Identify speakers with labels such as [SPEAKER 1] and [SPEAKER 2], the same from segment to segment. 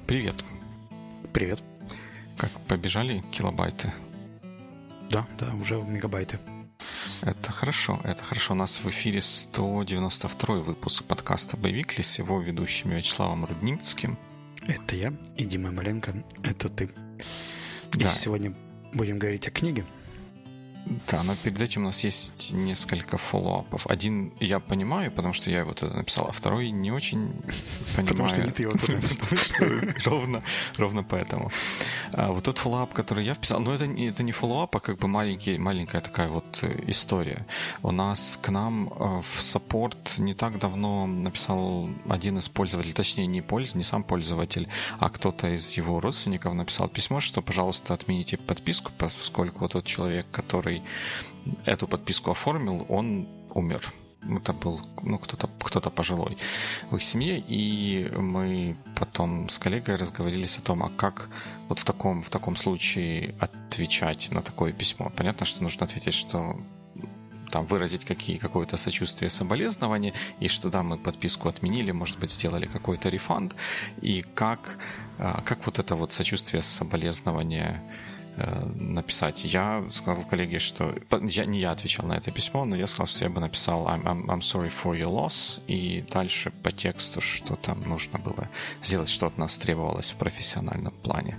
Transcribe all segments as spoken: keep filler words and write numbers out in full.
[SPEAKER 1] Привет.
[SPEAKER 2] Привет.
[SPEAKER 1] Как побежали килобайты?
[SPEAKER 2] Да, да, уже в мегабайты.
[SPEAKER 1] Это хорошо, это хорошо. У нас в эфире сто девяносто второй выпуск подкаста «Боевикли» с его ведущим Вячеславом Рудницким.
[SPEAKER 2] Это я, и Дима Маленко, это ты.
[SPEAKER 1] Да.
[SPEAKER 2] И сегодня будем говорить о книге.
[SPEAKER 1] Да, но перед этим у нас есть несколько фоллоуапов. Один я понимаю, потому что я его тогда написал, а второй не очень понимаю.
[SPEAKER 2] Потому что не ты его тогда написал.
[SPEAKER 1] Ровно, ровно поэтому. А вот тот фоллоуап, который я вписал, ну это, это не фоллоуап, а как бы маленький, маленькая такая вот история. У нас к нам в саппорт не так давно написал один из пользователей, точнее не пользователь, не сам пользователь, а кто-то из его родственников написал письмо, что, пожалуйста, отмените подписку, поскольку вот тот человек, который эту подписку оформил, он умер. Это был ну, кто-то, кто-то пожилой в их семье, и мы потом с коллегой разговорились о том, а как вот в таком, в таком случае отвечать на такое письмо. Понятно, что нужно ответить, что там выразить какие, какое-то сочувствие, соболезнование, и что да, мы подписку отменили, может быть, сделали какой-то рефанд, и как, как вот это вот сочувствие, соболезнование написать. Я сказал коллеге, что... Я, не я отвечал на это письмо, но я сказал, что я бы написал I'm, I'm, I'm sorry for your loss, и дальше по тексту, что там нужно было сделать, что от нас требовалось в профессиональном плане.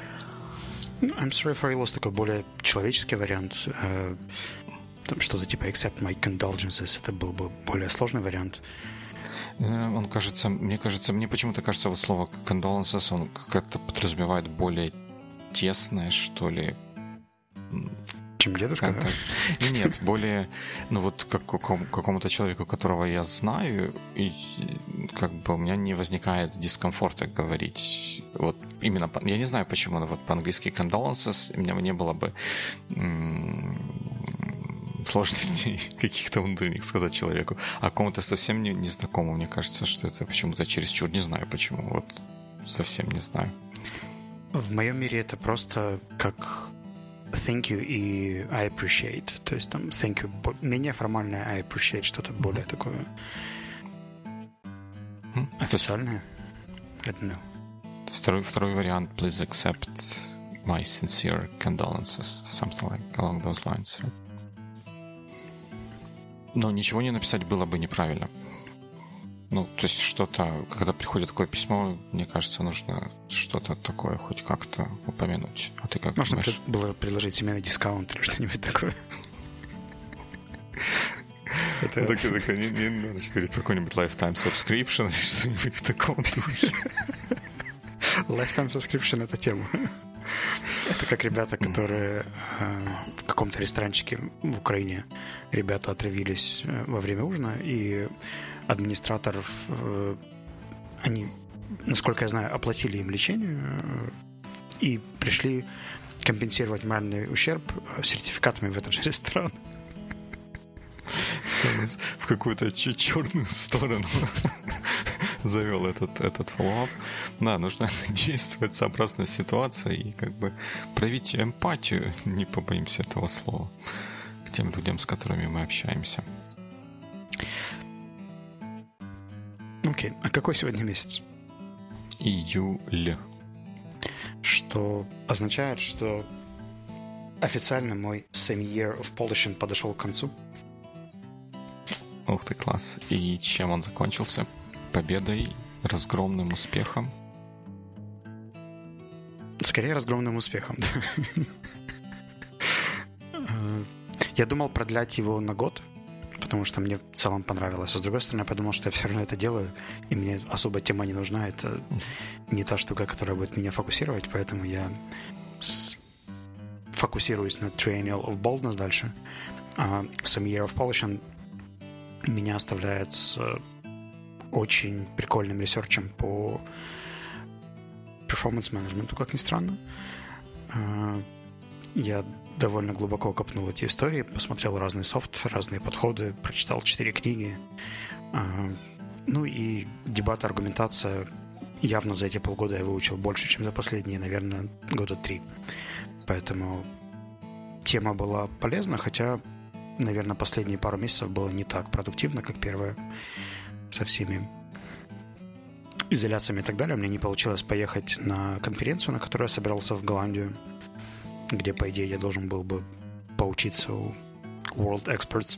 [SPEAKER 2] I'm sorry for your loss такой более человеческий вариант. Там что-то типа accept my condolences. Это был бы более сложный вариант.
[SPEAKER 1] Он кажется... Мне кажется... Мне почему-то кажется, вот слово condolences, он как-то подразумевает более тесное, что ли.
[SPEAKER 2] Чем дедушка?
[SPEAKER 1] Нет, более, ну вот как какому-то человеку, которого я знаю, и как бы у меня не возникает дискомфорта говорить. Вот именно, я не знаю почему, но вот по-английски condolences, у меня не было бы м- сложностей каких-то внутренних сказать человеку. А кому-то совсем не, незнакомому, мне кажется, что это почему-то чересчур, не знаю почему, вот совсем не знаю.
[SPEAKER 2] В моем мире это просто как thank you и I appreciate. То есть там thank you менее формальное, I appreciate что-то mm-hmm. более такое mm-hmm. официальное. I don't know.
[SPEAKER 1] Второй, второй вариант, please accept my sincere condolences. Something like along those lines. Но ничего не написать было бы неправильно. Ну, то есть что-то, когда приходит такое письмо, мне кажется, нужно что-то такое хоть как-то упомянуть. А ты как
[SPEAKER 2] Можно
[SPEAKER 1] думаешь?
[SPEAKER 2] было предложить семейный дискаунт или что-нибудь такое.
[SPEAKER 1] Это не надо говорить про какой-нибудь lifetime subscription или что-нибудь в таком духе.
[SPEAKER 2] Lifetime subscription — это тема. Это как ребята, которые в каком-то ресторанчике в Украине ребята отравились во время ужина, и администратор, они, насколько я знаю, оплатили им лечение и пришли компенсировать моральный ущерб сертификатами в этот же ресторан.
[SPEAKER 1] В какую-то черную сторону завел этот, этот фоллоуап. Да, нужно действовать сообразно ситуации и как бы проявить эмпатию, не побоимся этого слова, к тем людям, с которыми мы общаемся.
[SPEAKER 2] Окей, okay. А какой сегодня месяц?
[SPEAKER 1] Июль.
[SPEAKER 2] Что означает, что официально мой semi-year of polishing подошел к концу.
[SPEAKER 1] Ух ты, класс. И чем он закончился? Победой, разгромным успехом?
[SPEAKER 2] Скорее, разгромным успехом. Я думал продлять его на год, потому что мне в целом понравилось. А с другой стороны, я подумал, что я все равно это делаю, и мне особо тема не нужна. Это не та штука, которая будет меня фокусировать, поэтому я с... фокусируюсь на Triennial of Boldness дальше. А Some Year of Polishing меня оставляет с очень прикольным ресерчем по перформанс-менеджменту, как ни странно. Я довольно глубоко копнул эти истории, посмотрел разный софт, разные подходы, прочитал четыре книги. Ну и дебат, аргументация явно за эти полгода я выучил больше, чем за последние, наверное, года три. Поэтому тема была полезна, хотя, наверное, последние пару месяцев было не так продуктивно, как первое со всеми изоляциями и так далее, у меня не получилось поехать на конференцию, на которую я собирался в Голландию, где, по идее, я должен был бы поучиться у World Experts.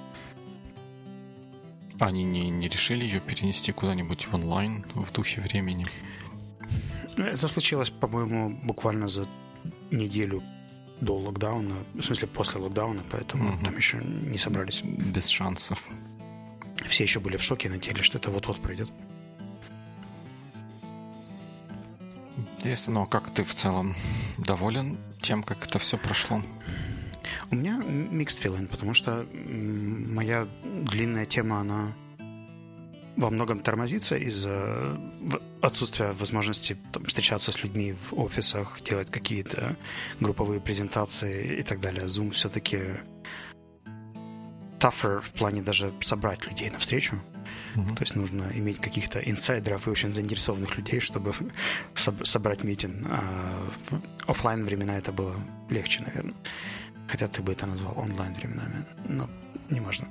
[SPEAKER 1] Они не, не решили ее перенести куда-нибудь в онлайн в духе времени?
[SPEAKER 2] Это случилось, по-моему, буквально за неделю до локдауна, в смысле после локдауна, поэтому угу. там еще не собрались.
[SPEAKER 1] Без шансов.
[SPEAKER 2] Все еще были в шоке, надеялись, что это вот-вот пройдет.
[SPEAKER 1] Интересно, ну а как ты в целом доволен тем, как это все прошло?
[SPEAKER 2] У меня mixed feeling, потому что моя длинная тема, она во многом тормозится из-за отсутствия возможности там, встречаться с людьми в офисах, делать какие-то групповые презентации и так далее. Zoom все-таки tougher в плане даже собрать людей на встречу. Mm-hmm. То есть нужно иметь каких-то инсайдеров и очень заинтересованных людей, чтобы соб- собрать митинг. А в офлайн времена это было легче, наверное. Хотя ты бы это назвал онлайн временами. Но не можно.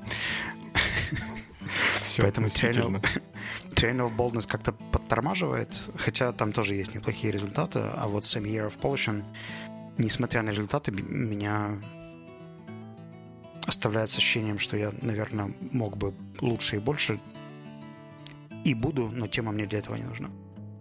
[SPEAKER 1] Все
[SPEAKER 2] Поэтому Train of Boldness как-то подтормаживает, хотя там тоже есть неплохие результаты, а вот Same Year of Pollution, несмотря на результаты, меня оставляет с ощущением, что я, наверное, мог бы лучше и больше, и буду, но тема мне для этого не нужна.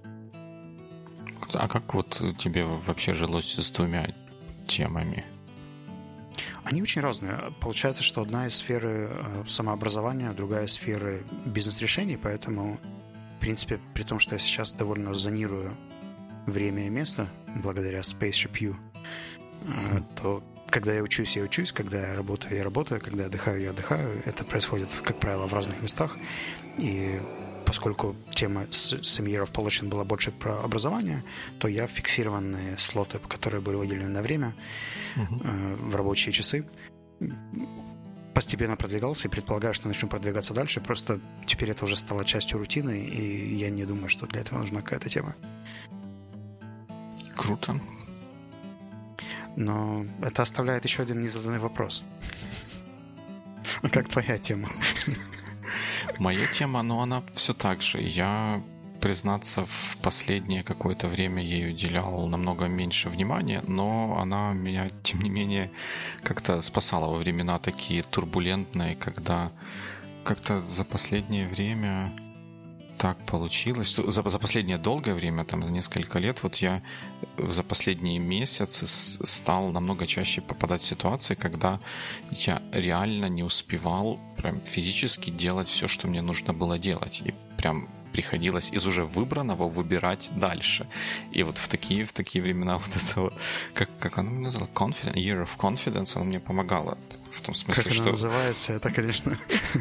[SPEAKER 1] А как вот тебе вообще жилось с двумя темами?
[SPEAKER 2] Они очень разные. Получается, что одна из сферы самообразования, другая из сферы бизнес-решений, поэтому, в принципе, при том, что я сейчас довольно зонирую время и место благодаря Spaceship U, mm. то когда я учусь, я учусь, когда я работаю, я работаю, когда я отдыхаю, я отдыхаю. Это происходит, как правило, в разных местах. И поскольку тема Same Year of Pollution была больше про образование, то я фиксированные слоты, которые были выделены на время uh-huh. э, в рабочие часы, постепенно продвигался и предполагаю, что начну продвигаться дальше. Просто теперь это уже стало частью рутины, и я не думаю, что для этого нужна какая-то тема.
[SPEAKER 1] Круто.
[SPEAKER 2] Но это оставляет еще один незаданный вопрос. Как твоя тема?
[SPEAKER 1] Моя тема, ну, она все так же. Я, признаться, в последнее какое-то время ей уделял намного меньше внимания, но она меня, тем не менее, как-то спасала во времена такие турбулентные, когда как-то за последнее время так получилось. За, за последнее долгое время, там, за несколько лет, вот я за последние месяцы стал намного чаще попадать в ситуации, когда я реально не успевал прям физически делать все, что мне нужно было делать. И прям приходилось из уже выбранного выбирать дальше. И вот в такие, в такие времена вот это вот, как, как она меня назвала? Confidence, Year of Confidence, она мне помогала. В том смысле,
[SPEAKER 2] как
[SPEAKER 1] что...
[SPEAKER 2] она называется, это, конечно...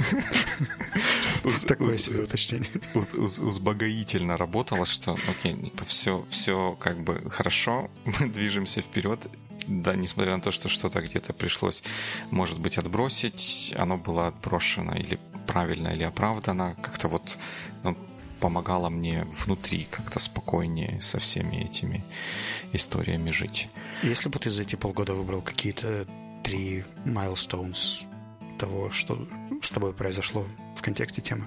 [SPEAKER 2] Такое себе уточнение.
[SPEAKER 1] Узбогоительно работало, что, окей, все, все как бы хорошо, мы движемся вперед. Да, несмотря на то, что что-то где-то пришлось, может быть, отбросить, оно было отброшено или правильно, или оправдано, как-то вот ну, помогало мне внутри как-то спокойнее со всеми этими историями жить.
[SPEAKER 2] Если бы ты за эти полгода выбрал какие-то три milestones того, что с тобой произошло в контексте темы?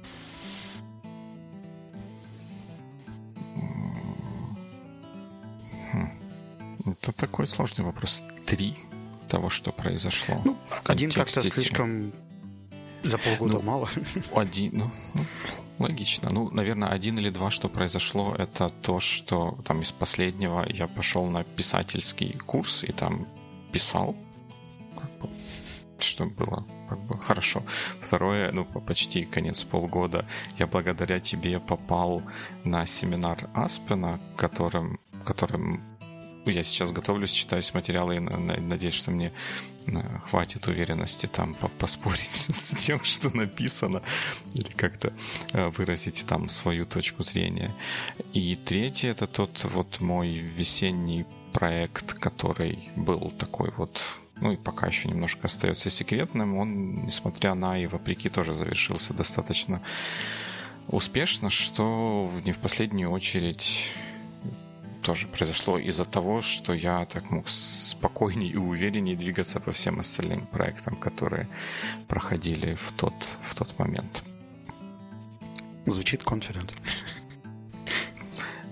[SPEAKER 1] Это такой сложный вопрос. Три того, что произошло.
[SPEAKER 2] Ну, один как-то слишком за полгода
[SPEAKER 1] ну,
[SPEAKER 2] мало.
[SPEAKER 1] Один, ну, ну, логично. Ну, наверное, один или два, что произошло, это то, что там из последнего я пошел на писательский курс и там писал, как бы, что было как бы хорошо. Второе, ну, почти конец полгода, я благодаря тебе попал на семинар Аспена, которым, которым я сейчас готовлюсь, читаюсь материалы и надеюсь, что мне хватит уверенности там поспорить с тем, что написано, или как-то выразить там свою точку зрения. И третье — это тот вот мой весенний проект, который был такой вот, ну и пока еще немножко остается секретным. Он, несмотря на и вопреки, тоже завершился достаточно успешно, что не в последнюю очередь тоже произошло из-за того, что я так мог спокойнее и увереннее двигаться по всем остальным проектам, которые проходили в тот, в тот момент.
[SPEAKER 2] Звучит confident.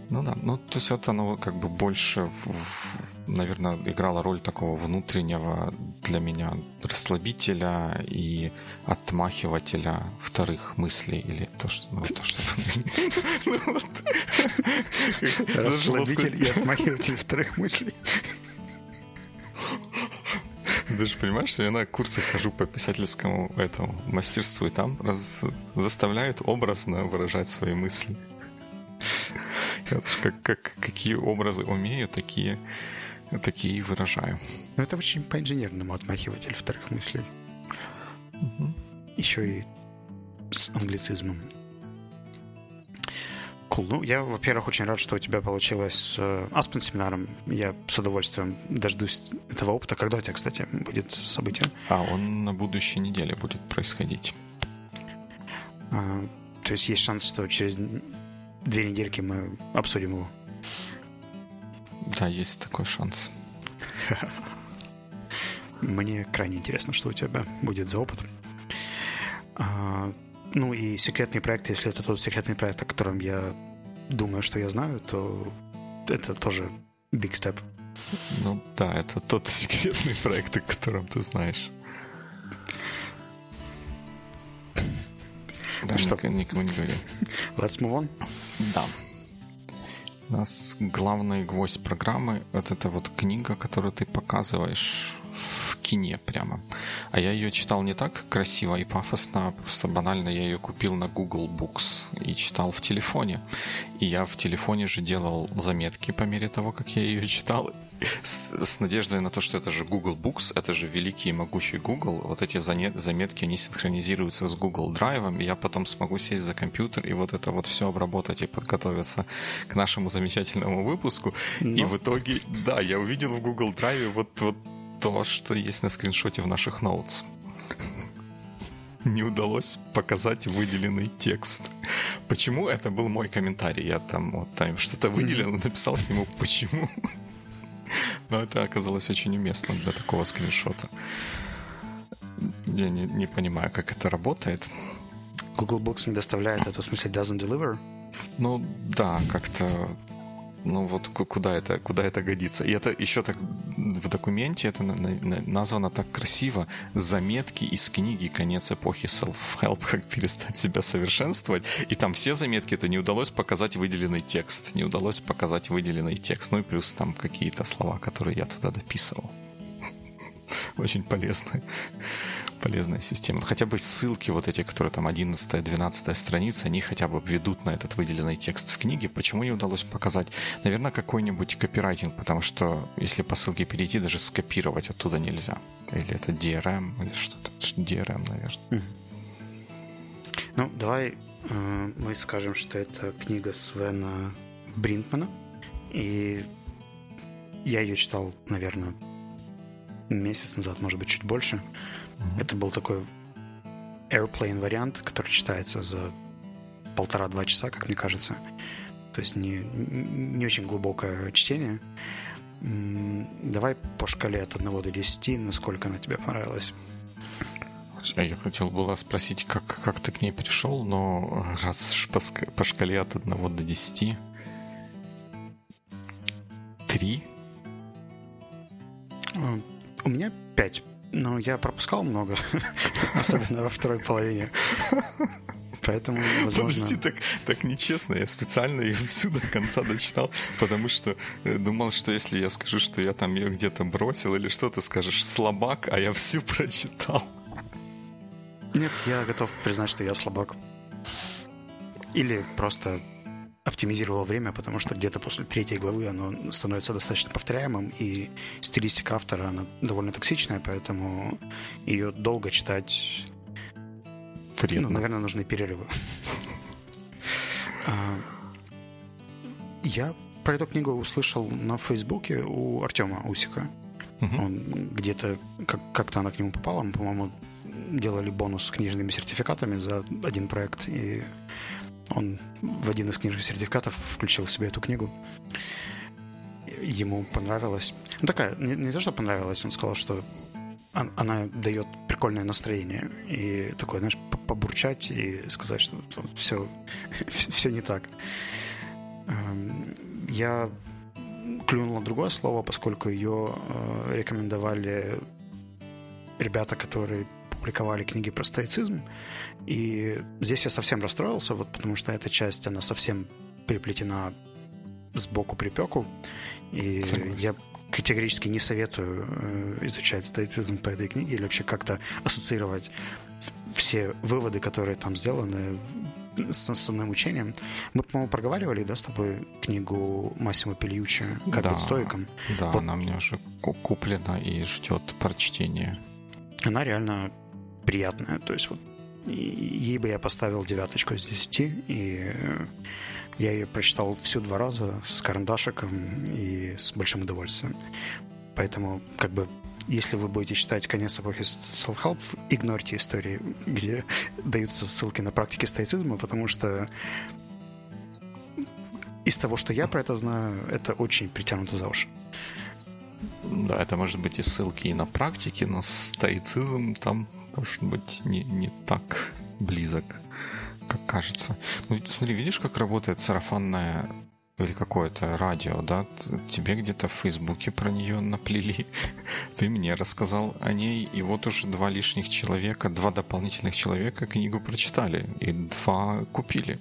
[SPEAKER 1] Ну да, ну то есть это оно как бы больше, в, в, наверное, играло роль такого внутреннего для меня расслабителя и отмахивателя вторых мыслей или то, что... Ну, то, что...
[SPEAKER 2] Расслабитель и отмахиватель вторых мыслей.
[SPEAKER 1] Ты же понимаешь, что я на курсах хожу по писательскому этому мастерству, и там раз, заставляют образно выражать свои мысли. Как, как, какие образы умею, такие, такие и выражаю.
[SPEAKER 2] Ну, это очень по-инженерному отмахиватель вторых мыслей.
[SPEAKER 1] Угу.
[SPEAKER 2] Еще и с англицизмом. Cool. Ну, я, во-первых, очень рад, что у тебя получилось с Aspen семинаром. Я с удовольствием дождусь этого опыта. Когда у тебя, кстати, будет событие?
[SPEAKER 1] А, он на будущей неделе будет происходить.
[SPEAKER 2] А, то есть есть шанс, что через две недельки мы обсудим его?
[SPEAKER 1] Да, есть такой шанс.
[SPEAKER 2] Мне крайне интересно, что у тебя будет за опыт. А, ну и секретный проект, если это тот секретный проект, о котором я думаю, что я знаю, то это тоже big step.
[SPEAKER 1] Ну да, это тот секретный проект, о котором ты знаешь. Да,
[SPEAKER 2] что?
[SPEAKER 1] Никому, никому не говори.
[SPEAKER 2] Let's move on.
[SPEAKER 1] Да. У нас главный гвоздь программы — вот эта вот книга, которую ты показываешь в кине прямо. А я ее читал не так красиво и пафосно, просто банально я ее купил на Google Books и читал в телефоне. И я в телефоне же делал заметки по мере того, как я ее читал. С, с надеждой на то, что это же Google Books, это же великий и могучий Google. Вот эти заметки, они синхронизируются с Google Drive, и я потом смогу сесть за компьютер и вот это вот все обработать и подготовиться к нашему замечательному выпуску. Но... И в итоге, да, я увидел в Google Drive вот, вот то, что есть на скриншоте в наших ноутс. Не удалось показать выделенный текст. Почему? Это был мой комментарий. Я там, вот, там что-то выделил и написал к нему «почему?». Но это оказалось очень уместно для такого скриншота. Я не, не понимаю, как это работает.
[SPEAKER 2] Google Books не доставляет это, в смысле doesn't deliver?
[SPEAKER 1] Ну да, как-то... Ну вот куда это, куда это годится? И это еще так в документе это названо так красиво: заметки из книги «Конец эпохи self-help. Как перестать себя совершенствовать». И там все заметки, это не удалось показать выделенный текст, не удалось показать выделенный текст. Ну и плюс там какие-то слова, которые я туда дописывал. Очень полезно. Полезная система. Хотя бы ссылки вот эти, которые там одиннадцатая, двенадцатая страница, они хотя бы ведут на этот выделенный текст в книге. Почему не удалось показать? Наверное, какой-нибудь копирайтинг, потому что если по ссылке перейти, даже скопировать оттуда нельзя. Или это ди ар эм, или что-то. ди ар эм, наверное.
[SPEAKER 2] Mm-hmm. Ну, давай э, мы скажем, что это книга Свена Бринтмана. И я ее читал, наверное, месяц назад, может быть, чуть больше. Mm-hmm. Это был такой airplane вариант, который читается за полтора-два часа, как мне кажется. То есть не, не очень глубокое чтение. Давай по шкале от одного до десяти, насколько она тебе понравилась?
[SPEAKER 1] Я хотел было спросить, как, как ты к ней пришел, но раз по, по шкале от одного до десяти... Три?
[SPEAKER 2] У меня пять. Но я пропускал много, особенно во второй половине. Поэтому, возможно...
[SPEAKER 1] Подожди, так, так нечестно. Я специально ее всю до конца дочитал, потому что думал, что если я скажу, что я там ее где-то бросил или что, ты скажешь «слабак», а я всю прочитал.
[SPEAKER 2] Нет, я готов признать, что я слабак. Или просто оптимизировал время, потому что где-то после третьей главы оно становится достаточно повторяемым, и стилистика автора, она довольно токсичная, поэтому ее долго читать...
[SPEAKER 1] Вредно.
[SPEAKER 2] Ну, наверное, нужны перерывы. Я про эту книгу услышал на Фейсбуке у Артема Усика. Он где-то, как-то она к нему попала, мы, по-моему, делали бонус с книжными сертификатами за один проект, и он в один из книжных сертификатов включил в себе эту книгу. Ему понравилось. Ну, такая, не, не то, что понравилось, он сказал, что она дает прикольное настроение. И такое, знаешь, побурчать и сказать, что все, все не так. Я клюнул на другое слово, поскольку ее рекомендовали ребята, которые публиковали книги про стоицизм. И здесь я совсем расстроился, вот потому что эта часть, она совсем приплетена сбоку припеку. И Согласен. Я категорически не советую изучать стоицизм по этой книге или вообще как-то ассоциировать все выводы, которые там сделаны, с основным учением. Мы, по-моему, проговаривали, да, с тобой книгу Массимо Пельюччи «Как
[SPEAKER 1] да,
[SPEAKER 2] быть стоиком».
[SPEAKER 1] Да,
[SPEAKER 2] вот.
[SPEAKER 1] Она мне уже куплена и ждет прочтения.
[SPEAKER 2] Она реально приятная. То есть вот ей бы я поставил девяточку из десяти, и я ее прочитал всю два раза с карандашиком и с большим удовольствием. Поэтому, как бы, если вы будете читать «Конец эпохи self-help», игнорьте истории, где даются ссылки на практики стоицизма, потому что из того, что я про это знаю, это очень притянуто за уши.
[SPEAKER 1] Да, это может быть и ссылки и на практики, но стоицизм там может быть не, не так близок, как кажется. Ну, смотри, видишь, как работает сарафанное или какое-то радио, да? Тебе где-то в Фейсбуке про нее наплели, ты мне рассказал о ней, и вот уже два лишних человека, два дополнительных человека книгу прочитали, и два купили.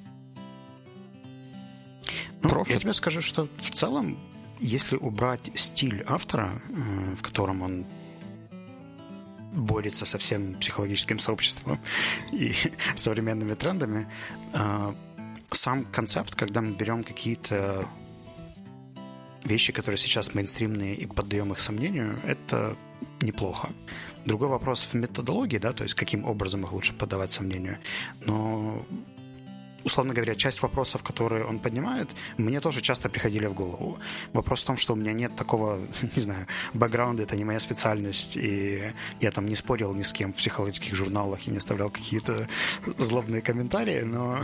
[SPEAKER 2] Ну, я тебе скажу, что в целом, если убрать стиль автора, в котором он борется со всем психологическим сообществом и современными трендами, сам концепт, когда мы берем какие-то вещи, которые сейчас мейнстримные, и поддаем их сомнению, это неплохо. Другой вопрос в методологии, да, то есть каким образом их лучше поддавать сомнению. Но, условно говоря, часть вопросов, которые он поднимает, мне тоже часто приходили в голову. Вопрос в том, что у меня нет такого, не знаю, бэкграунда, это не моя специальность, и я там не спорил ни с кем в психологических журналах и не оставлял какие-то злобные комментарии, но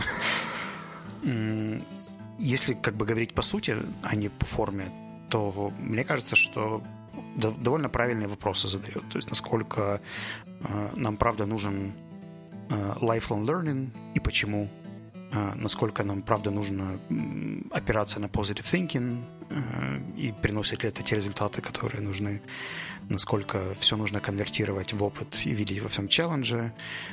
[SPEAKER 2] если как бы говорить по сути, а не по форме, то мне кажется, что довольно правильные вопросы задает. То есть насколько э, нам правда нужен э, lifelong learning и почему, э, насколько нам правда нужно э, опираться на positive thinking э, и приносит ли это те результаты, которые нужны, насколько все нужно конвертировать в опыт и видеть во всем челлендже.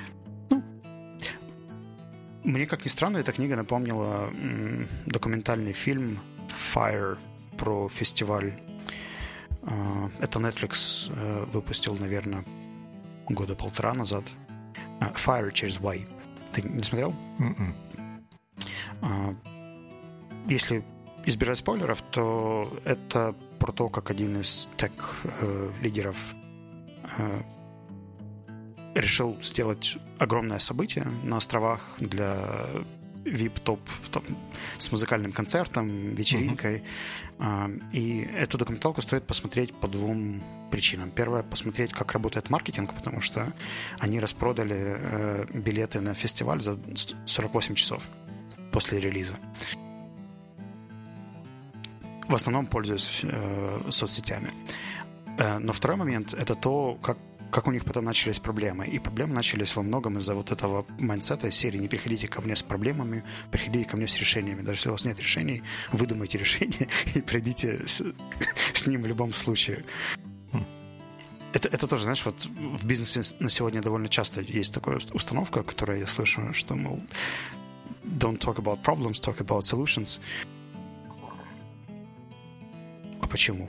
[SPEAKER 2] Мне, как ни странно, эта книга напомнила м, документальный фильм «Fire» про фестиваль. Э, это Netflix э, выпустил, наверное, года полтора назад. Э, «Fire» через «Y». Ты не смотрел?
[SPEAKER 1] Mm-mm.
[SPEAKER 2] Э, если избежать спойлеров, то это про то, как один из тех-лидеров э, решил сделать огромное событие на островах для ви ай пи-топ там, с музыкальным концертом, вечеринкой. Mm-hmm. И эту документалку стоит посмотреть по двум причинам. Первое, посмотреть, как работает маркетинг, потому что они распродали э, билеты на фестиваль за сорок восемь часов после релиза. В основном пользуюсь э, соцсетями. Э, но второй момент — это то, как как у них потом начались проблемы. И проблемы начались во многом из-за вот этого майндсета из серии «Не приходите ко мне с проблемами, приходите ко мне с решениями». Даже если у вас нет решений, выдумайте решение и придите с, с ним в любом случае. Mm. Это, это тоже, знаешь, вот в бизнесе на сегодня довольно часто есть такая установка, которую я слышу, что, мол, don't talk about problems, talk about solutions. А почему?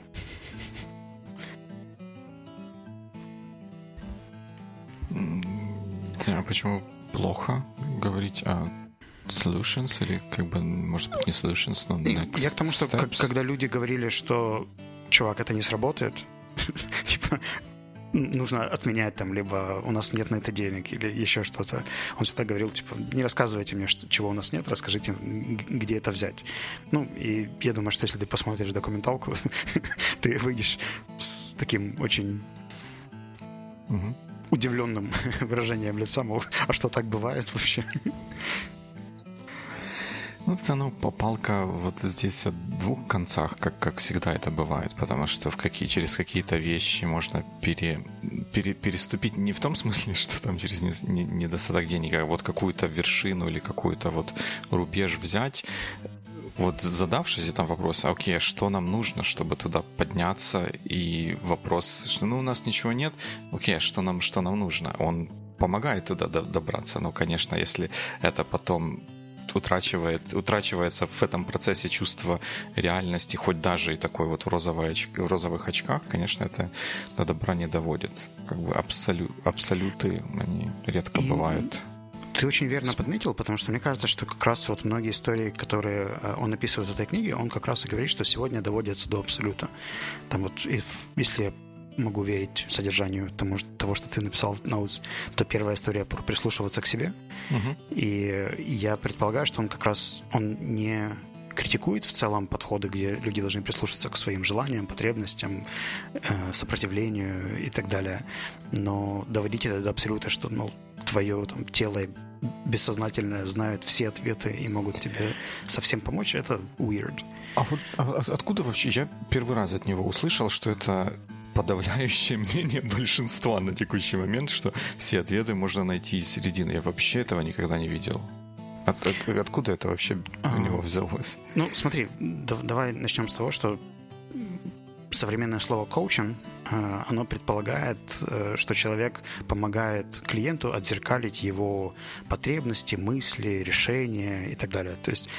[SPEAKER 1] А почему плохо говорить о solutions или, как бы, может быть, не solutions, но next
[SPEAKER 2] Я к тому, что
[SPEAKER 1] steps?
[SPEAKER 2] Когда люди говорили, что, чувак, это не сработает, типа, нужно отменять там, либо у нас нет на это денег, или еще что-то. Он всегда говорил, типа, не рассказывайте мне, что, чего у нас нет, расскажите, где это взять. Ну, и я думаю, что если ты посмотришь документалку, ты выйдешь с таким очень
[SPEAKER 1] угу.
[SPEAKER 2] удивленным выражением лица, мол, а что, так бывает вообще?
[SPEAKER 1] Ну, это, ну, палка вот здесь о двух концах, как, как всегда это бывает, потому что в какие, через какие-то вещи можно пере, пере, переступить не в том смысле, что там через не, не, недостаток денег, а вот какую-то вершину или какую-то вот рубеж взять, вот задавшись там вопрос, окей, что нам нужно, чтобы туда подняться, и вопрос, что ну у нас ничего нет, окей, что нам, что нам нужно? Он помогает туда добраться, но, конечно, если это потом утрачивает, утрачивается в этом процессе чувство реальности, хоть даже и такой вот в, розовой оч... в розовых очках, конечно, это до добра не доводит. Как бы абсолю... абсолюты, они редко и... бывают.
[SPEAKER 2] Ты очень верно подметил, потому что мне кажется, что как раз вот многие истории, которые он описывает в этой книге, он как раз и говорит, что сегодня доводятся до абсолюта. Там вот, если я могу верить содержанию тому, того, что ты написал в Notes, то первая история про прислушиваться к себе. Uh-huh. И я предполагаю, что он как раз он не критикует в целом подходы, где люди должны прислушаться к своим желаниям, потребностям, сопротивлению и так далее. Но доводить это до абсолюта, что ну, твое там, тело бессознательное знают все ответы и могут тебе совсем помочь, это weird.
[SPEAKER 1] А вот а откуда вообще? Я первый раз от него услышал, что это подавляющее мнение большинства на текущий момент, что все ответы можно найти из середины. Я вообще этого никогда не видел. От, от, откуда это вообще у него взялось?
[SPEAKER 2] Ну, смотри, да, давай начнем с того, что современное слово коучинг, оно предполагает, что человек помогает клиенту отзеркалить его потребности, мысли, решения и так далее. То есть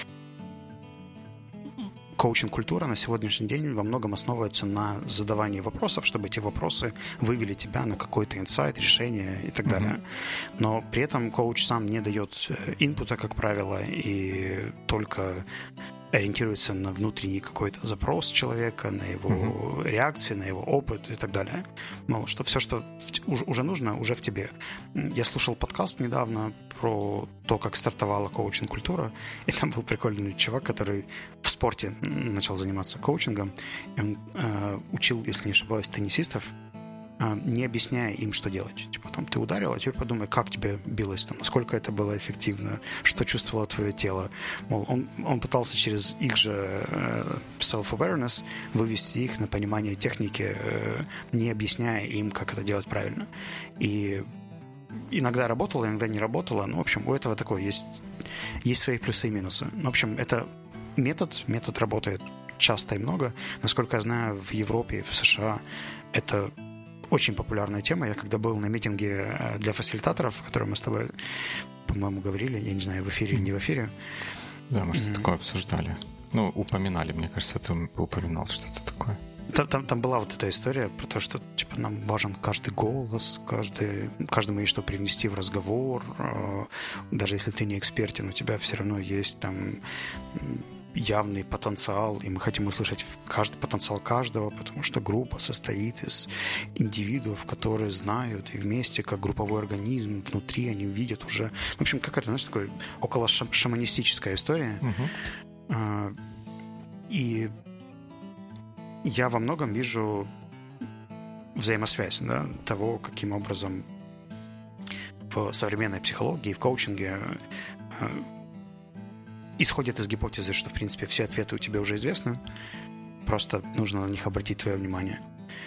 [SPEAKER 2] коучинг-культура на сегодняшний день во многом основывается на задавании вопросов, чтобы эти вопросы вывели тебя на какой-то инсайт, решение и так далее. Mm-hmm. Но при этом коуч сам не дает инпута, как правило, и только ориентируется на внутренний какой-то запрос человека, на его mm-hmm. реакции, на его опыт и так далее. Мол, что все, что уже нужно, уже в тебе. Я слушал подкаст недавно про то, как стартовала коучинг-культура, и там был прикольный чувак, который в спорте начал заниматься коучингом. И он э, учил, если не ошибаюсь, теннисистов, э, не объясняя им, что делать. Типа, там, ты ударил, а теперь подумай, как тебе билось, там, насколько это было эффективно, что чувствовало твое тело. Мол, он, он пытался через их же э, self-awareness вывести их на понимание техники, э, не объясняя им, как это делать правильно. И иногда работало, иногда не работало. Ну, в общем, у этого такое есть, есть свои плюсы и минусы. Ну, в общем, это метод, метод работает часто и много. Насколько я знаю, в Европе, в США это очень популярная тема. Я когда был на митинге для фасилитаторов, о котором мы с тобой, по-моему, говорили, я не знаю, в эфире или не в эфире.
[SPEAKER 1] Да, мы что-то mm-hmm. такое обсуждали. Ну, упоминали, мне кажется, ты упоминал что-то такое.
[SPEAKER 2] Там, там, там была вот эта история про то, что типа, нам важен каждый голос, каждый, каждому есть что привнести в разговор. Даже если ты не экспертен, у тебя все равно есть там явный потенциал, и мы хотим услышать каждый потенциал каждого, потому что группа состоит из индивидуумов, которые знают и вместе, как групповой организм, внутри они видят уже... В общем, какая-то, знаешь, такая около шаманистическая история. Uh-huh. И я во многом вижу взаимосвязь, да, того, каким образом в современной психологии, в коучинге исходит из гипотезы, что, в принципе, все ответы у тебя уже известны, просто нужно на них обратить твое внимание.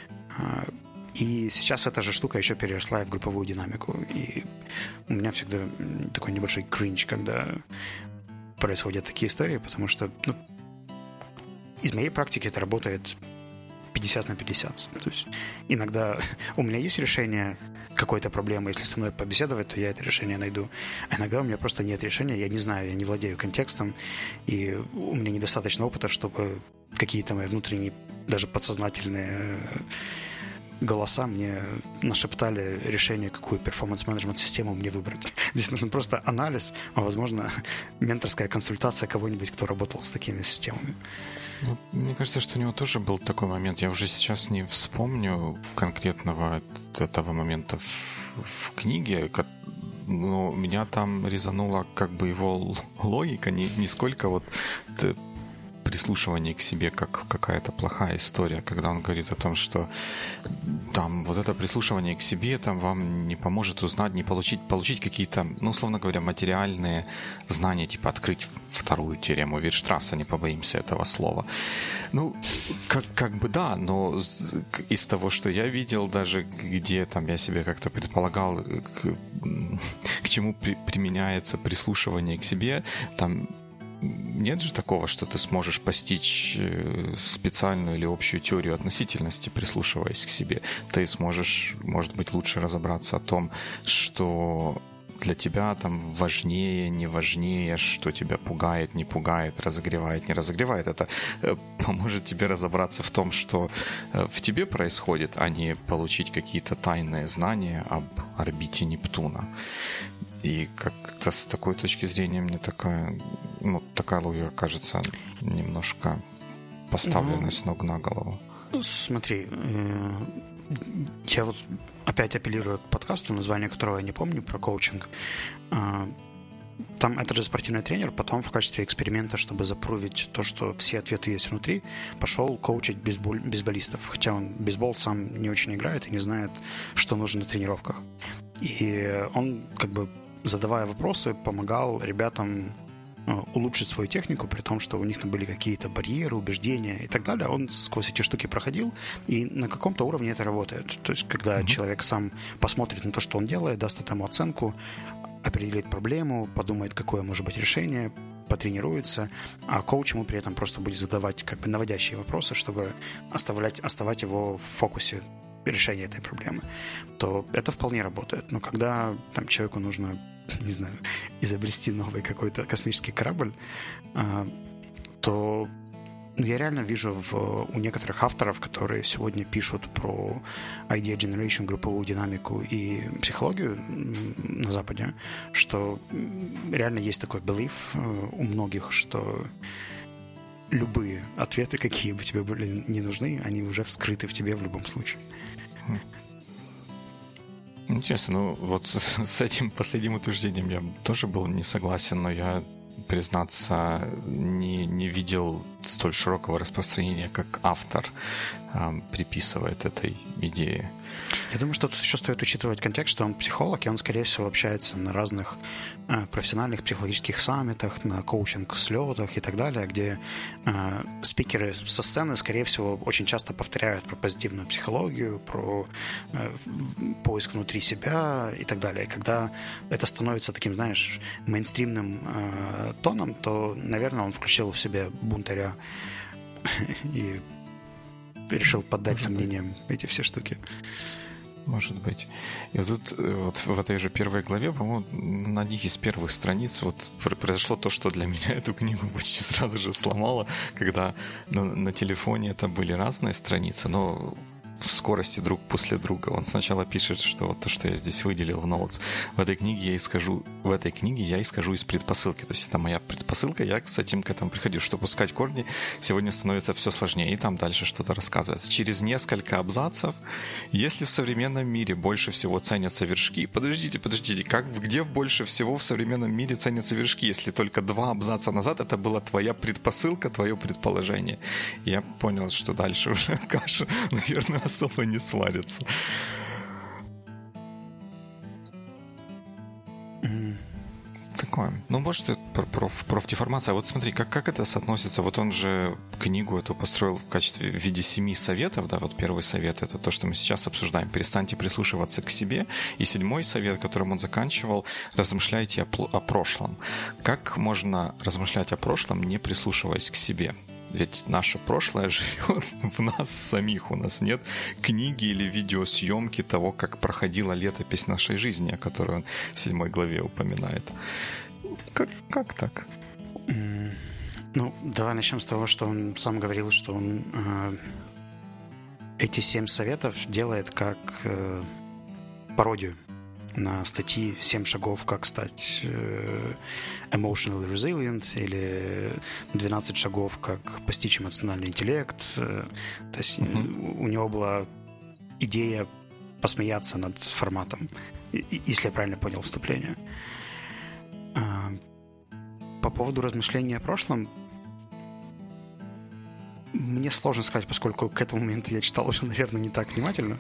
[SPEAKER 2] И сейчас эта же штука еще переросла в групповую динамику. И у меня всегда такой небольшой кринж, когда происходят такие истории, потому что ну, из моей практики это работает пятьдесят на пятьдесят. То есть иногда у меня есть решение какой-то проблемы, если со мной побеседовать, то я это решение найду. А иногда у меня просто нет решения, я не знаю, я не владею контекстом, и у меня недостаточно опыта, чтобы какие-то мои внутренние, даже подсознательные голоса мне нашептали решение, какую перформанс-менеджмент-систему мне выбрать. Здесь нужен просто анализ, а, возможно, менторская консультация кого-нибудь, кто работал с такими системами.
[SPEAKER 1] Ну, мне кажется, что у него тоже был такой момент. Я уже сейчас не вспомню конкретного этого момента в, в книге, но меня там резанула как бы его логика, не, не сколько вот прислушивание к себе как какая-то плохая история, когда он говорит о том, что там вот это прислушивание к себе там вам не поможет узнать, не получить, получить какие-то, ну, условно говоря, материальные знания, типа открыть вторую теорему Вирштрасса, не побоимся этого слова. Ну, как, как бы да, но из того, что я видел, даже где там я себе как-то предполагал, к, к чему при, применяется прислушивание к себе, там нет же такого, что ты сможешь постичь специальную или общую теорию относительности, прислушиваясь к себе. Ты сможешь, может быть, лучше разобраться о том, что для тебя там важнее, не важнее, что тебя пугает, не пугает, разогревает, не разогревает. Это поможет тебе разобраться в том, что в тебе происходит, а не получить какие-то тайные знания об орбите Нептуна. И как-то с такой точки зрения мне такая, ну, такая логика кажется немножко поставленной ну, с ног на голову.
[SPEAKER 2] Смотри, я вот опять апеллирую к подкасту, название которого я не помню, про коучинг. Там этот же спортивный тренер потом в качестве эксперимента, чтобы запрувить то, что все ответы есть внутри, пошел коучить бейсбол, бейсболистов. Хотя он бейсбол сам не очень играет и не знает, что нужно на тренировках. И он, как бы, задавая вопросы, помогал ребятам улучшить свою технику, при том, что у них там были какие-то барьеры, убеждения и так далее. Он сквозь эти штуки проходил, и на каком-то уровне это работает. То есть, когда mm-hmm. человек сам посмотрит на то, что он делает, даст этому оценку, определит проблему, подумает, какое может быть решение, потренируется, а коуч ему при этом просто будет задавать как бы наводящие вопросы, чтобы оставлять, оставать его в фокусе решения этой проблемы, то это вполне работает. Но когда там человеку нужно, не знаю, изобрести новый какой-то космический корабль, то ну, я реально вижу в, у некоторых авторов, которые сегодня пишут про idea generation, групповую динамику и психологию на Западе, что реально есть такой belief у многих, что любые ответы, какие бы тебе были не нужны, они уже вскрыты в тебе в любом случае.
[SPEAKER 1] Интересно, ну вот с этим последним утверждением я тоже был не согласен, но я, признаться, не, не видел столь широкого распространения, как автор э, приписывает этой идее.
[SPEAKER 2] Я думаю, что тут еще стоит учитывать контекст, что он психолог, и он, скорее всего, общается на разных э, профессиональных психологических саммитах, на коучинг-слетах и так далее, где э, спикеры со сцены, скорее всего, очень часто повторяют про позитивную психологию, про э, поиск внутри себя и так далее. И когда это становится таким, знаешь, мейнстримным э, тоном, то, наверное, он включил в себе бунтаря и решил поддать сомнениям эти все штуки.
[SPEAKER 1] Может быть. И вот тут вот в этой же первой главе, по-моему, на одних из первых страниц вот произошло то, что для меня эту книгу почти сразу же сломало, когда на, на телефоне это были разные страницы, но в скорости друг после друга. Он сначала пишет, что вот то, что я здесь выделил в notes, в этой книге я исхожу, в этой книге я исхожу из предпосылки. То есть это моя предпосылка, я с этим к этому приходил. Чтобы пускать корни, сегодня становится все сложнее. И там дальше что-то рассказывается. Через несколько абзацев, если в современном мире больше всего ценятся вершки, подождите, подождите, как, где больше всего в современном мире ценятся вершки, если только два абзаца назад это была твоя предпосылка, твое предположение. И я понял, что дальше уже каша, наверное, особо не сварится. Mm. Такое. Ну, может, это проф, профдеформация. Вот смотри, как, как это соотносится? Вот он же книгу эту построил в качестве, в виде семи советов, да, вот первый совет — это то, что мы сейчас обсуждаем. Перестаньте прислушиваться к себе. И седьмой совет, которым он заканчивал: размышляйте о, о прошлом. Как можно размышлять о прошлом, не прислушиваясь к себе? Ведь наше прошлое живет в нас самих. У нас нет книги или видеосъемки того, как проходила летопись нашей жизни, о которой он в седьмой главе упоминает. Как, как так?
[SPEAKER 2] Ну, давай начнем с того, что он сам говорил, что он э, эти семь советов делает как э, пародию на статьи «семь шагов, как стать э, emotionally resilient» или «двенадцать шагов, как постичь эмоциональный интеллект». То есть uh-huh. у него была идея посмеяться над форматом, если я правильно понял вступление. По поводу размышления о прошлом, мне сложно сказать, поскольку к этому моменту я читал уже, наверное, не так внимательно.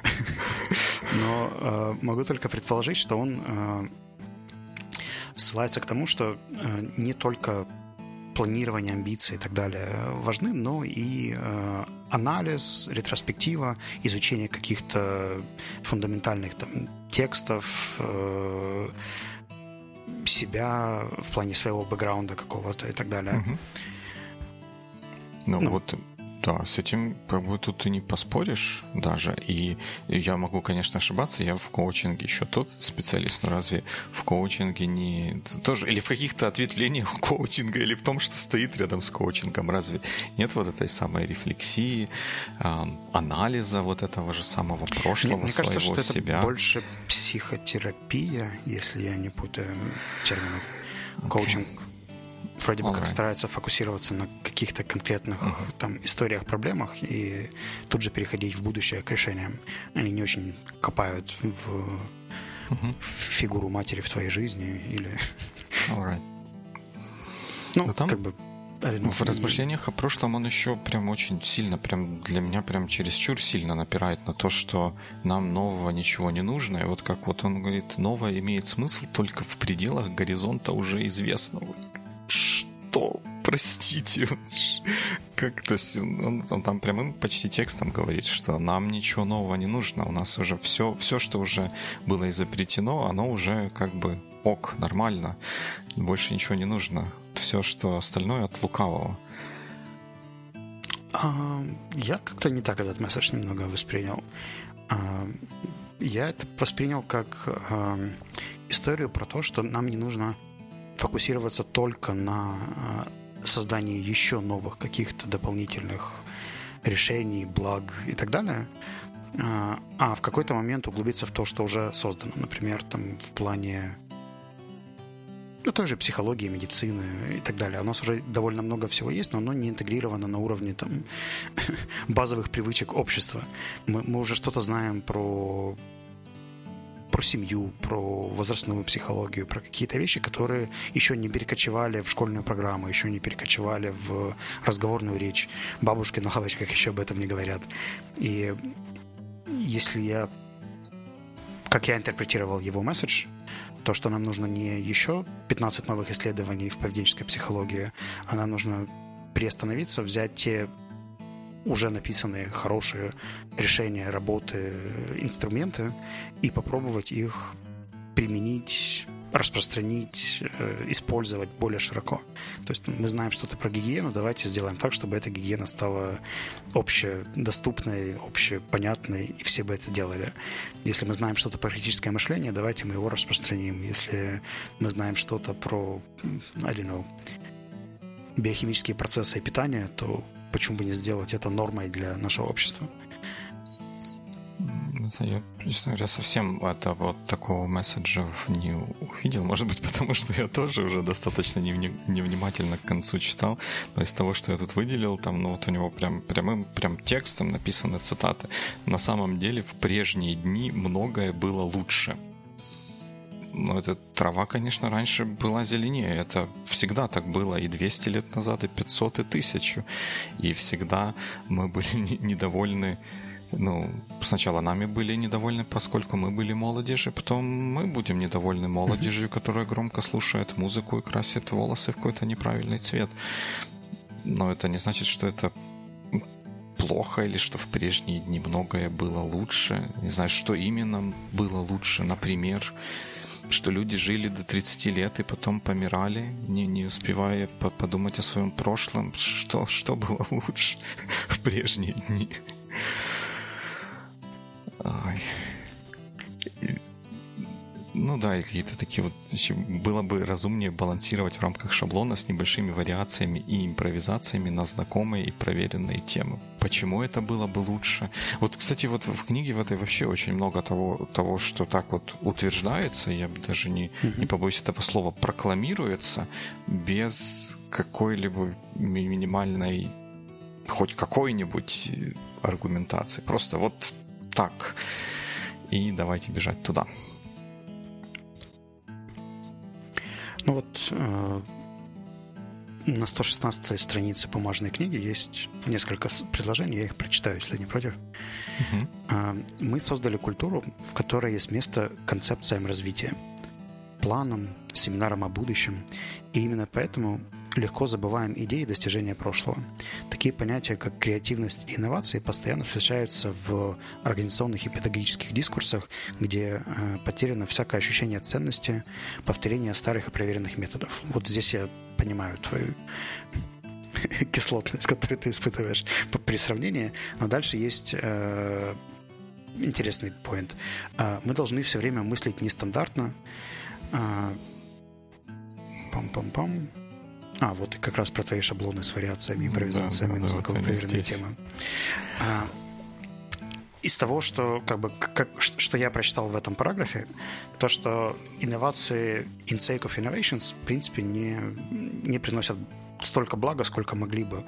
[SPEAKER 2] Но э, могу только предположить, что он э, ссылается к тому, что э, не только планирование, амбиции и так далее важны, но и э, анализ, ретроспектива, изучение каких-то фундаментальных там текстов, э, себя в плане своего бэкграунда какого-то и так далее.
[SPEAKER 1] Угу. Ну,
[SPEAKER 2] Ну.
[SPEAKER 1] вот, да, с этим как бы тут ты не поспоришь даже. И я могу, конечно, ошибаться. Я в коучинге еще тот специалист, но разве в коучинге не... тоже или в каких-то ответвлениях коучинга, или в том, что стоит рядом с коучингом, разве нет вот этой самой рефлексии, эм, анализа вот этого же самого прошлого,
[SPEAKER 2] Мне, мне
[SPEAKER 1] своего
[SPEAKER 2] кажется, что
[SPEAKER 1] себя?
[SPEAKER 2] это больше психотерапия, если я не путаю термины.
[SPEAKER 1] Okay.
[SPEAKER 2] Коучинг вроде бы
[SPEAKER 1] Alright.
[SPEAKER 2] как старается фокусироваться на каких-то конкретных uh-huh. там историях, проблемах и тут же переходить в будущее к решениям. Они не очень копают в, uh-huh. в фигуру матери в твоей жизни или...
[SPEAKER 1] Alright.
[SPEAKER 2] Ну,
[SPEAKER 1] Но там...
[SPEAKER 2] как бы...
[SPEAKER 1] В размышлениях о прошлом он еще прям очень сильно, прям для меня прям чересчур сильно напирает на то, что нам нового ничего не нужно. И вот как вот он говорит, новое имеет смысл только в пределах горизонта уже известного. Что? Простите. Как, то есть он, он там прямым почти текстом говорит, что нам ничего нового не нужно. У нас уже все, все, что уже было изобретено, оно уже как бы ок, нормально. Больше ничего не нужно. Все, что остальное от лукавого.
[SPEAKER 2] А, я как-то не так этот месседж немного воспринял. А, я это воспринял как а, историю про то, что нам не нужно фокусироваться только на а, создании еще новых каких-то дополнительных решений, благ и так далее, а, а в какой-то момент углубиться в то, что уже создано. Например, там в плане ну, той же психологии, медицины и так далее. У нас уже довольно много всего есть, но оно не интегрировано на уровне там, базовых привычек общества. Мы, мы уже что-то знаем про, про семью, про возрастную психологию, про какие-то вещи, которые еще не перекочевали в школьную программу, еще не перекочевали в разговорную речь. Бабушки на лавочках еще об этом не говорят. И если я, как я интерпретировал его месседж, то, что нам нужно не еще пятнадцать новых исследований в поведенческой психологии, а нам нужно приостановиться, взять те уже написанные хорошие решения, работы, инструменты и попробовать их применить, распространить, использовать более широко. То есть мы знаем что-то про гигиену, давайте сделаем так, чтобы эта гигиена стала общедоступной, общепонятной, и все бы это делали. Если мы знаем что-то про критическое мышление, давайте мы его распространим. Если мы знаем что-то про, I don't know, биохимические процессы и питание, то почему бы не сделать это нормой для нашего общества?
[SPEAKER 1] Я, честно говоря, совсем это вот такого месседжа не увидел. Может быть, потому что я тоже уже достаточно невнимательно к концу читал. Но из того, что я тут выделил, там, ну вот у него прям прямым прям текстом написаны цитаты. На самом деле, в прежние дни многое было лучше. Ну, эта трава, конечно, раньше была зеленее. Это всегда так было и двести лет назад, и пятьсот, и тысячу. И всегда мы были недовольны. Ну, сначала нами были недовольны, поскольку мы были молодежью, потом мы будем недовольны молодежью, которая громко слушает музыку и красит волосы в какой-то неправильный цвет. Но это не значит, что это плохо или что в прежние дни многое было лучше. Не знаю, что именно было лучше. Например, что люди жили до тридцати лет и потом помирали, не, не успевая по- подумать о своем прошлом. Что, что было лучше в прежние дни? Ай. Ну да, и какие-то такие вот вещи. Было бы разумнее балансировать в рамках шаблона с небольшими вариациями и импровизациями на знакомые и проверенные темы. Почему это было бы лучше? Вот, кстати, вот в книге в этой вообще очень много того, того что так вот утверждается, я даже не, не побоюсь этого слова, прокламируется без какой-либо минимальной, хоть какой-нибудь аргументации. Просто вот так. И давайте бежать туда.
[SPEAKER 2] Ну вот э, на сто шестнадцатой странице бумажной книги есть несколько предложений, я их прочитаю, если не против. Uh-huh. Э, мы создали культуру, в которой есть место концепциям развития, планам, семинарам о будущем. И именно поэтому легко забываем идеи достижения прошлого. Такие понятия, как креативность и инновации, постоянно встречаются в организационных и педагогических дискурсах, где э, потеряно всякое ощущение ценности, повторения старых и проверенных методов. Вот здесь я понимаю твою кислотность, которую ты испытываешь при сравнении, но дальше есть э, интересный поинт. Э, мы должны все время мыслить нестандартно. Э, Пам-пам-пам. А, вот как раз про твои шаблоны с вариациями, импровизациями,
[SPEAKER 1] да, да,
[SPEAKER 2] настолько
[SPEAKER 1] да, вот
[SPEAKER 2] проверенные темы. А, из того, что, как бы, как, что я прочитал в этом параграфе, то, что инновации in sake of innovations, в принципе, не, не приносят столько блага, сколько могли бы.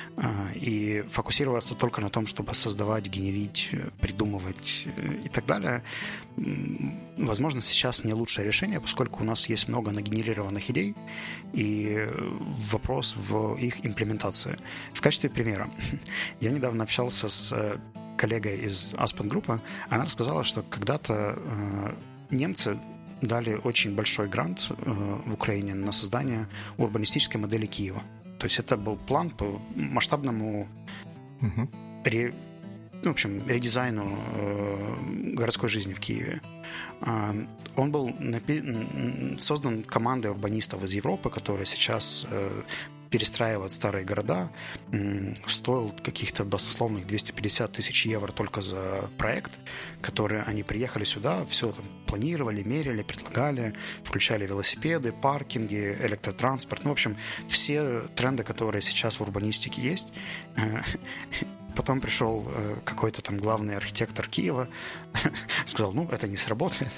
[SPEAKER 2] И фокусироваться только на том, чтобы создавать, генерить, придумывать и так далее, возможно, сейчас не лучшее решение, поскольку у нас есть много нагенерированных идей, и вопрос в их имплементации. В качестве примера, я недавно общался с коллегой из Aspen Group, она рассказала, что когда-то немцы дали очень большой грант э, в Украине на создание урбанистической модели Киева. То есть это был план по масштабному uh-huh. ре, ну, в общем, редизайну э, городской жизни в Киеве. Э, он был напи- создан командой урбанистов из Европы, которые сейчас э, перестраивают старые города. Стоил каких-то баснословных двести пятьдесят тысяч евро только за проект, который они приехали сюда, все там планировали, мерили, предлагали, включали велосипеды, паркинги, электротранспорт. Ну, в общем, все тренды, которые сейчас в урбанистике есть. Потом пришел какой-то там главный архитектор Киева, сказал, ну, это не сработает.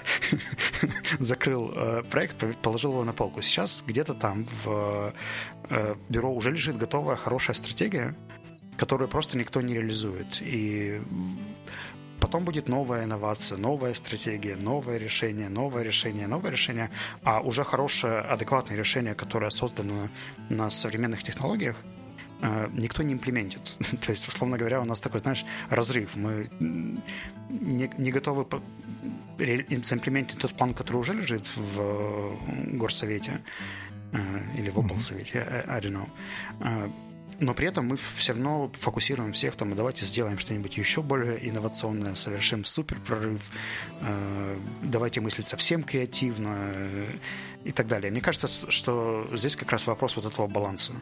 [SPEAKER 2] Закрыл проект, положил его на полку. Сейчас где-то там в бюро уже лежит готовая хорошая стратегия, которую просто никто не реализует. И потом будет новая инновация, новая стратегия, новое решение, новое решение, новое решение. А уже хорошее, адекватное решение, которое создано на современных технологиях, никто не имплементит. То есть, условно говоря, у нас такой, знаешь, разрыв. Мы не, не готовы заимплементить тот план, который уже лежит в горсовете или в облсовете, I don't know. Но при этом мы все равно фокусируем всех, там, давайте сделаем что-нибудь еще более инновационное, совершим супер прорыв, давайте мыслить совсем креативно и так далее. Мне кажется, что здесь как раз вопрос вот этого баланса.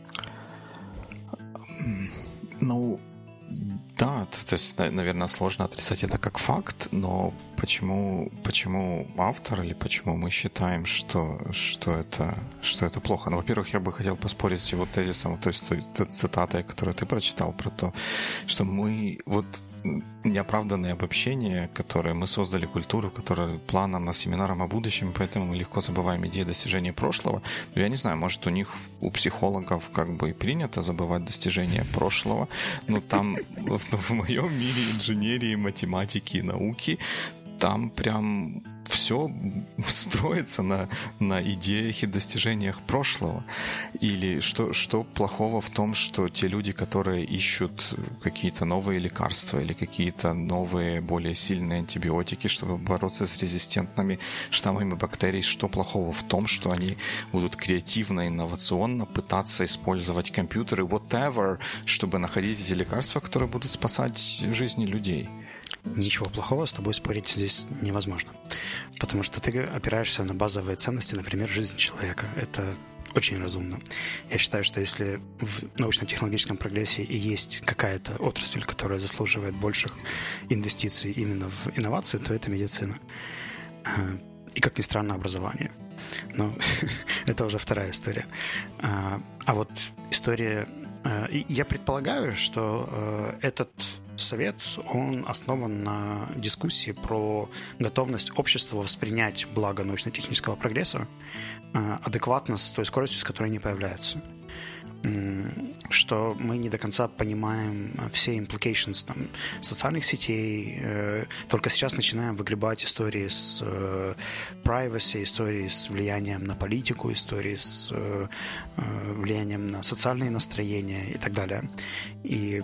[SPEAKER 1] Ну, да, то есть, наверное, сложно отрицать это как факт, но почему, почему автор или почему мы считаем, что, что, это, что это плохо? Ну, во-первых, я бы хотел поспорить с его тезисом, то есть той цитатой, которую ты прочитал, про то, что мы, вот неоправданное обобщение, которое мы создали культуру, которая планом на семинаром о будущем, поэтому мы легко забываем идеи достижения прошлого. Но я не знаю, может, у них, у психологов как бы принято забывать достижения прошлого, но там в моем мире инженерии, математики и науки там прям все строится на, на идеях и достижениях прошлого. Или что, что плохого в том, что те люди, которые ищут какие-то новые лекарства или какие-то новые, более сильные антибиотики, чтобы бороться с резистентными штаммами бактерий, что плохого в том, что они будут креативно, инновационно пытаться использовать компьютеры, whatever, чтобы находить эти лекарства, которые будут спасать жизни людей?
[SPEAKER 2] Ничего плохого, с тобой спорить здесь невозможно. Потому что ты опираешься на базовые ценности, например, жизнь человека. Это очень разумно. Я считаю, что если в научно-технологическом прогрессе и есть какая-то отрасль, которая заслуживает больших инвестиций именно в инновации, то это медицина. И, как ни странно, образование. Но это уже вторая история. А вот история... Я предполагаю, что этот совет, он основан на дискуссии про готовность общества воспринять благо научно-технического прогресса адекватно с той скоростью, с которой они появляются. Что мы не до конца понимаем все implications там, социальных сетей, только сейчас начинаем выгребать истории с privacy, истории с влиянием на политику, истории с влиянием на социальные настроения и так далее. И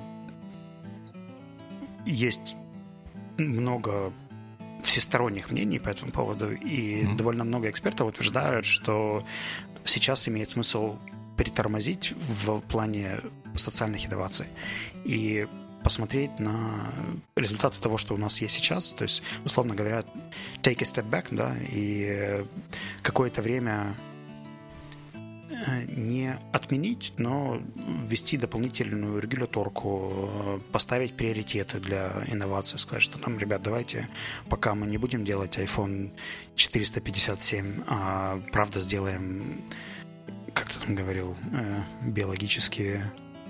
[SPEAKER 2] есть много всесторонних мнений по этому поводу, и mm-hmm. довольно много экспертов утверждают, что сейчас имеет смысл притормозить в плане социальных инноваций и посмотреть на результаты того, что у нас есть сейчас. То есть, условно говоря, take a step back, да, и какое-то время не отменить, но ввести дополнительную регуляторку, поставить приоритеты для инноваций, сказать, что там, ребят, давайте, пока мы не будем делать iPhone четыреста пятьдесят семь, а правда сделаем, как ты там говорил, биологические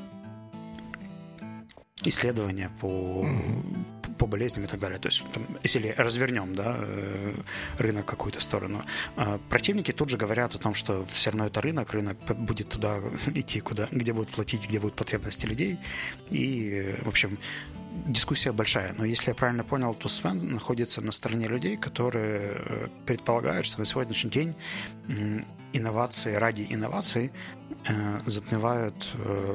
[SPEAKER 2] исследования по, mm-hmm. по болезням и так далее. То есть, там, если развернем, да, рынок в какую-то сторону. Противники тут же говорят о том, что все равно это рынок, рынок будет туда идти, куда, где будут платить, где будут потребности людей. И, в общем, дискуссия большая. Но если я правильно понял, то Свен находится на стороне людей, которые предполагают, что на сегодняшний день инновации ради инноваций затмевают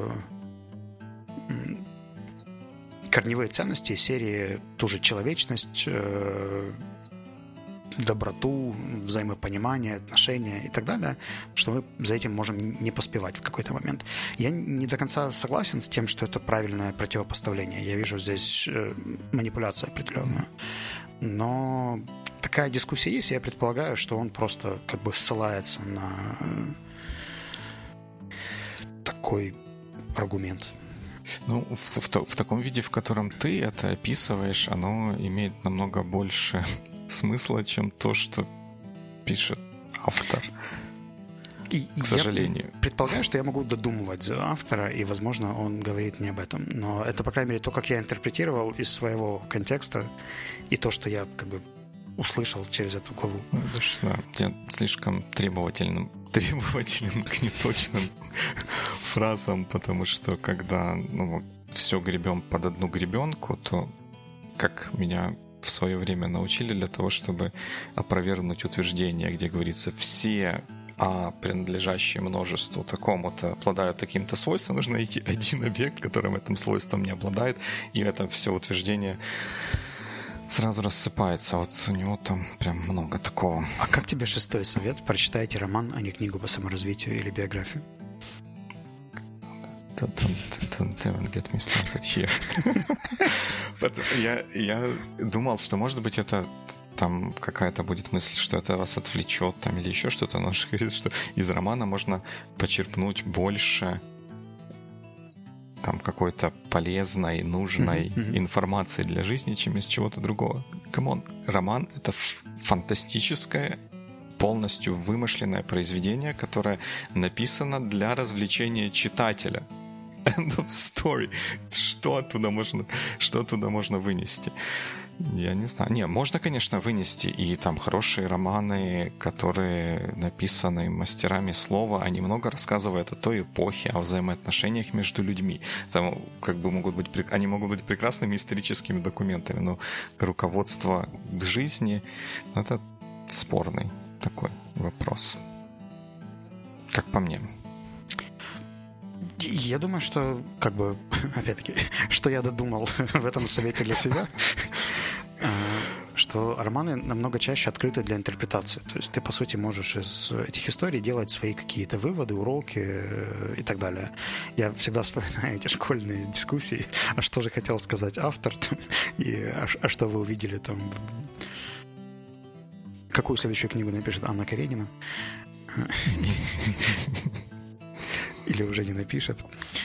[SPEAKER 2] корневые ценности серии ту же человечность, э, доброту, взаимопонимание, отношения и так далее, что мы за этим можем не поспевать в какой-то момент. Я не до конца согласен с тем, что это правильное противопоставление. Я вижу здесь э, манипуляцию определенную. Но такая дискуссия есть, и я предполагаю, что он просто как бы ссылается на э, такой аргумент.
[SPEAKER 1] Ну, в, в, в таком виде, в котором ты это описываешь, оно имеет намного больше смысла, чем то, что пишет автор.
[SPEAKER 2] И,
[SPEAKER 1] к сожалению.
[SPEAKER 2] Я предполагаю, что я могу додумывать за автора, и, возможно, он говорит не об этом. Но это, по крайней мере, то, как я интерпретировал из своего контекста, и то, что я как бы услышал через эту главу.
[SPEAKER 1] Да, я слишком требовательным, требовательным к неточным фразам, потому что когда ну, все гребем под одну гребенку, то, как меня в свое время научили для того, чтобы опровергнуть утверждение, где говорится «все а принадлежащие множеству такому-то обладают таким-то свойством», нужно найти один объект, которым этим свойством не обладает, и это все утверждение сразу рассыпается. Вот у него там прям много такого.
[SPEAKER 2] А как тебе шестой совет? Прочитайте роман, а не книгу по саморазвитию или биографию.
[SPEAKER 1] Don't, don't, don't get me started here. я, я думал, что, может быть, это там какая-то будет мысль, что это вас отвлечет там, или еще что-то, но говорит, что из романа можно почерпнуть больше там какой-то полезной, нужной mm-hmm. информации для жизни, чем из чего-то другого. Камон, роман — это фантастическое, полностью вымышленное произведение, которое написано для развлечения читателя. End of story. Что оттуда можно, что оттуда можно вынести? Я не знаю. Не, можно, конечно, вынести и там хорошие романы, которые написаны мастерами слова, они много рассказывают о той эпохе, о взаимоотношениях между людьми. Там как бы могут быть, они могут быть прекрасными историческими документами, но руководство к жизни — это спорный такой вопрос. Как по мне.
[SPEAKER 2] Я думаю, что, как бы, опять-таки, что я додумал в этом совете для себя, что романы намного чаще открыты для интерпретации. То есть ты, по сути, можешь из этих историй делать свои какие-то выводы, уроки и так далее. Я всегда вспоминаю эти школьные дискуссии, а что же хотел сказать автор, и а, а что вы увидели там, какую следующую книгу напишет Анна Каренина. Или уже не напишет.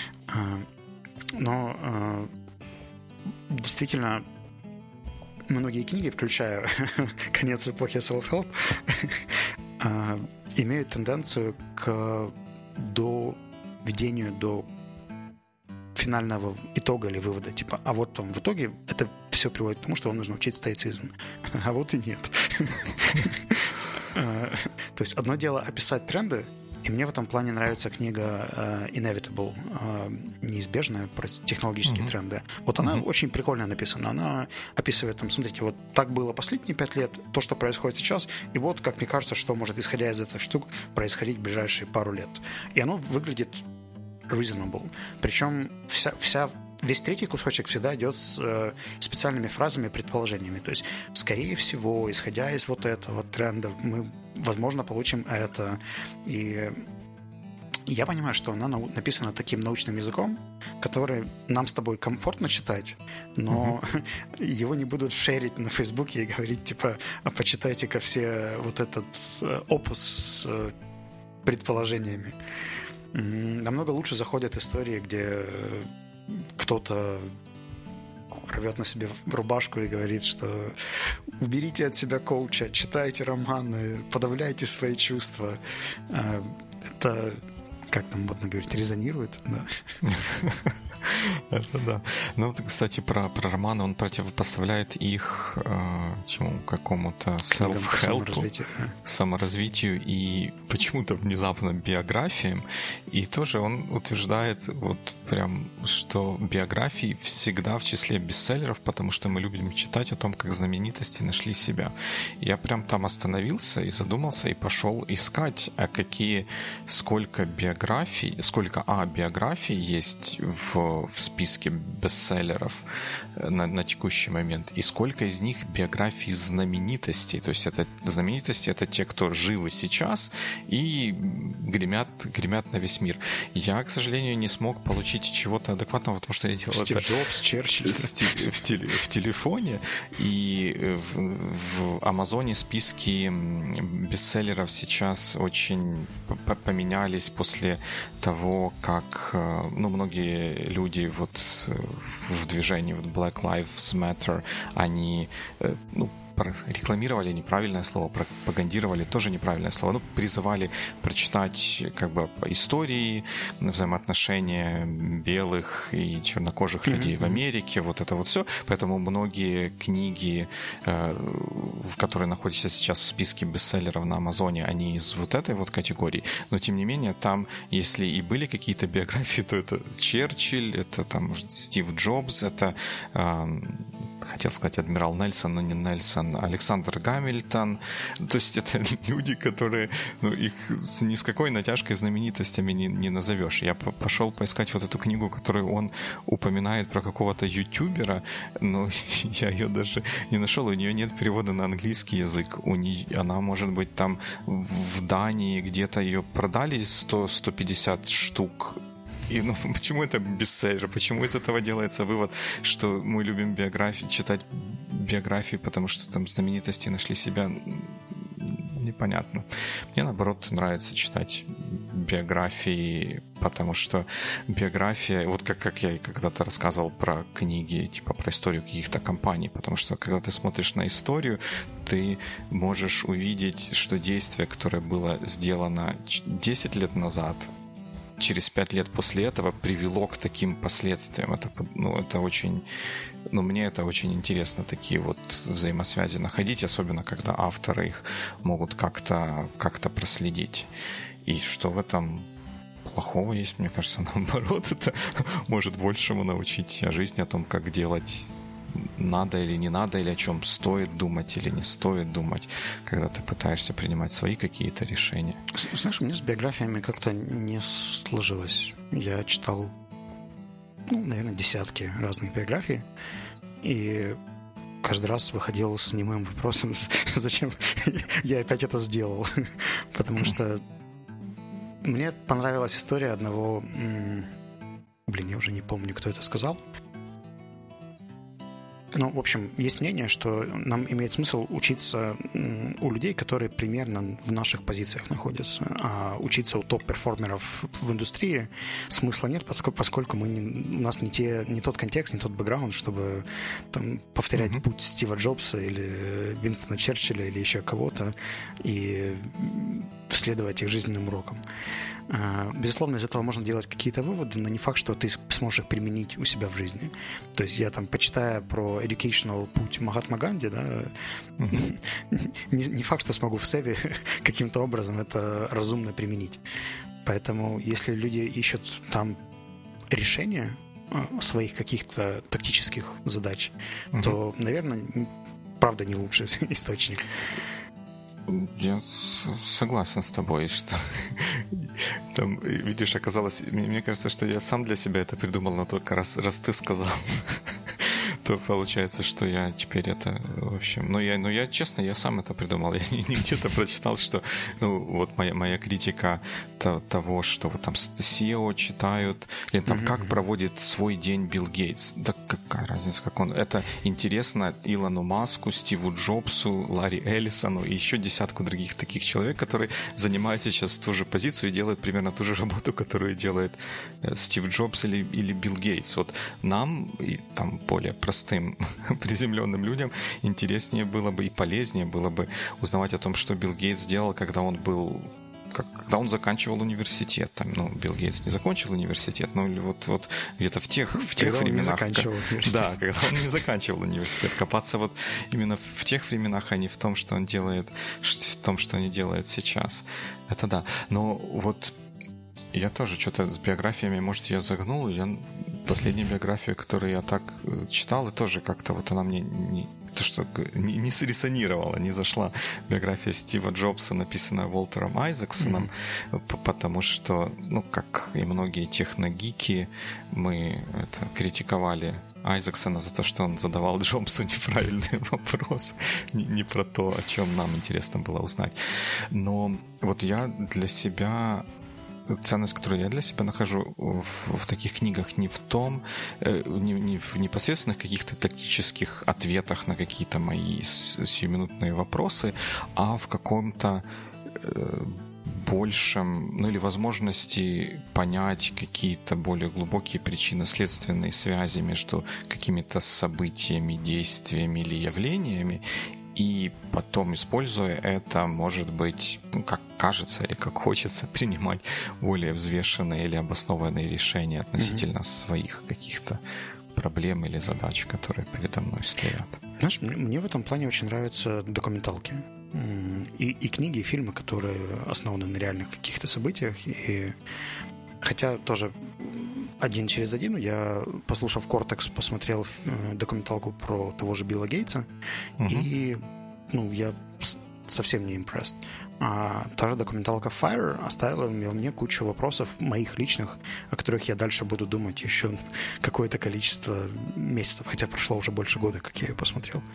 [SPEAKER 2] Но действительно многие книги, включая «Конец эпохи self-help», имеют тенденцию к доведению до финального итога или вывода. Типа, а вот там в итоге это все приводит к тому, что вам нужно учить стоицизм. А вот и нет. То есть одно дело описать тренды, и мне в этом плане нравится книга uh, Inevitable, uh, неизбежная, про технологические uh-huh. тренды. Вот она uh-huh. очень прикольно написана. Она описывает, там, смотрите, вот так было последние пять лет, то, что происходит сейчас, и вот, как мне кажется, что может, исходя из этих штук, происходить в ближайшие пару лет. И оно выглядит reasonable. Причем вся, вся весь третий кусочек всегда идет с э, специальными фразами, предположениями. То есть, скорее всего, исходя из вот этого тренда, мы, возможно, получим это. И Я понимаю, что она написана таким научным языком, который нам с тобой комфортно читать, но uh-huh. его не будут шерить на Фейсбуке и говорить, типа, а почитайте-ка все вот этот опус с предположениями. Намного лучше заходят истории, где кто-то рвет на себе рубашку и говорит, что уберите от себя коуча, читайте романы, подавляйте свои чувства. Это, как там модно говорить, резонирует, да.
[SPEAKER 1] Это да. Ну, вот, кстати, про, про романы он противопоставляет их э, чему? Какому-то self-help, да. саморазвитию и почему-то внезапно биографиям. И тоже он утверждает вот прям, что биографии всегда в числе бестселлеров, потому что мы любим читать о том, как знаменитости нашли себя. Я прям там остановился и задумался, и пошел искать, а какие, сколько биографий, сколько, а, биографий есть в в списке бестселлеров на, на текущий момент, и сколько из них биографий знаменитостей. То есть это знаменитости — это те, кто живы сейчас и гремят, гремят на весь мир. Я, к сожалению, не смог получить чего-то адекватного, потому что я делал
[SPEAKER 2] Стив
[SPEAKER 1] это
[SPEAKER 2] Джобс, Черчилль.
[SPEAKER 1] В, теле, в телефоне, и в, в Амазоне списки бестселлеров сейчас очень поменялись после того, как ну, многие люди Люди вот в движении вот Black Lives Matter, они ну, рекламировали неправильное слово, пропагандировали тоже неправильное слово, ну, призывали прочитать как бы истории, взаимоотношения белых и чернокожих mm-hmm. людей в Америке, вот это вот все. Поэтому многие книги, в которые находятся сейчас в списке бестселлеров на Амазоне, они из вот этой вот категории. Но, тем не менее, там, если и были какие-то биографии, то это Черчилль, это там, может, Стив Джобс, это хотел сказать адмирал Нельсон, но не Нельсон, Александр Гамильтон. То есть это люди, которые, ну, их ни с какой натяжкой знаменитостями не, не назовешь. Я пошел поискать вот эту книгу, которую он упоминает про какого-то ютубера, но я ее даже не нашел. У нее нет перевода на английский язык. У нее, она, может быть, там в Дании где-то ее продали сто - сто пятьдесят штук. И ну, почему это бестселлер? Почему из этого делается вывод, что мы любим биографии, читать биографии, потому что там знаменитости нашли себя? Непонятно. Мне, наоборот, нравится читать биографии, потому что биография, вот как, как я когда-то рассказывал про книги, типа про историю каких-то компаний, потому что когда ты смотришь на историю, ты можешь увидеть, что действие, которое было сделано десять лет назад, через пять лет после этого привело к таким последствиям. Это, ну, это очень... Ну, мне это очень интересно, такие вот взаимосвязи находить, особенно когда авторы их могут как-то, как-то проследить. И что в этом плохого есть, мне кажется, наоборот, это может большему научить о жизни, о том, как делать надо или не надо, или о чем стоит думать или не стоит думать, когда ты пытаешься принимать свои какие-то решения.
[SPEAKER 2] Знаешь, у меня с биографиями как-то не сложилось. Я читал, ну, наверное, десятки разных биографий, и каждый раз выходил с немым вопросом, зачем я опять это сделал. Потому что мне понравилась история одного... Блин, я уже не помню, кто это сказал. Ну, в общем, есть мнение, что нам имеет смысл учиться у людей, которые примерно в наших позициях находятся. А учиться у топ-перформеров в индустрии смысла нет, поскольку мы не, у нас не, те, не тот контекст, не тот бэкграунд, чтобы там, повторять mm-hmm. путь Стива Джобса или Винстона Черчилля или еще кого-то и следовать их жизненным урокам. Безусловно, из этого можно делать какие-то выводы, но не факт, что ты сможешь их применить у себя в жизни. То есть я там, почитая про educational путь Махатма Ганди, да, mm-hmm. не, не факт, что смогу в Севе каким-то образом это разумно применить. Поэтому если люди ищут там решения своих каких-то тактических задач, mm-hmm. то, наверное, правда не лучший источник.
[SPEAKER 1] Я согласен с тобой, что там, видишь, оказалось, мне кажется, что я сам для себя это придумал, но только раз, раз ты сказал, то получается, что я теперь это, в общем, ну я, ну я, честно, я сам это придумал, я не, не где-то прочитал, что, ну, вот моя, моя критика того, что вот там сео читают, или там mm-hmm. как проводит свой день Билл Гейтс. Да какая разница, как он... Это интересно Илону Маску, Стиву Джобсу, Ларри Эллисону и еще десятку других таких человек, которые занимают сейчас ту же позицию и делают примерно ту же работу, которую делает Стив Джобс или, или Билл Гейтс. Вот нам, и там более простым, приземленным людям, интереснее было бы и полезнее было бы узнавать о том, что Билл Гейтс делал, когда он был... когда он заканчивал университет. Там, ну, Билл Гейтс не закончил университет, но вот, вот где-то в тех, в тех
[SPEAKER 2] когда
[SPEAKER 1] временах...
[SPEAKER 2] Он не заканчивал университет.
[SPEAKER 1] Да, когда он не заканчивал университет. Копаться вот именно в тех временах, а не в том, что он делает, в том, что они делают сейчас. Это да. Но вот я тоже что-то с биографиями, может, я загнул. Я последнюю биографию, которую я так читал, и тоже как-то вот она мне... не то, что не, не срезонировала, не зашла биография Стива Джобса, написанная Уолтером Айзексоном, mm-hmm. потому что, ну, как и многие техногики, мы это, критиковали Айзексона за то, что он задавал Джобсу неправильный вопрос, не, не про то, о чем нам интересно было узнать. Но вот я для себя... Ценность, которую я для себя нахожу в, в таких книгах, не в том, не, не в непосредственных каких-то тактических ответах на какие-то мои сиюминутные вопросы, а в каком-то большем, ну или возможности понять какие-то более глубокие причинно-следственные связи между какими-то событиями, действиями или явлениями, и потом, используя это, может быть, ну, как кажется или как хочется, принимать более взвешенные или обоснованные решения относительно mm-hmm. своих каких-то проблем или задач, которые передо мной стоят.
[SPEAKER 2] Знаешь, мне в этом плане очень нравятся документалки. И, и книги, и фильмы, которые основаны на реальных каких-то событиях. И хотя тоже один через один, я, послушав «Кортекс», посмотрел документалку про того же Билла Гейтса, uh-huh. и ну, я совсем не impressed. А та же документалка «Fire» оставила мне кучу вопросов моих личных, о которых я дальше буду думать еще какое-то количество месяцев, хотя прошло уже больше года, как я ее посмотрел.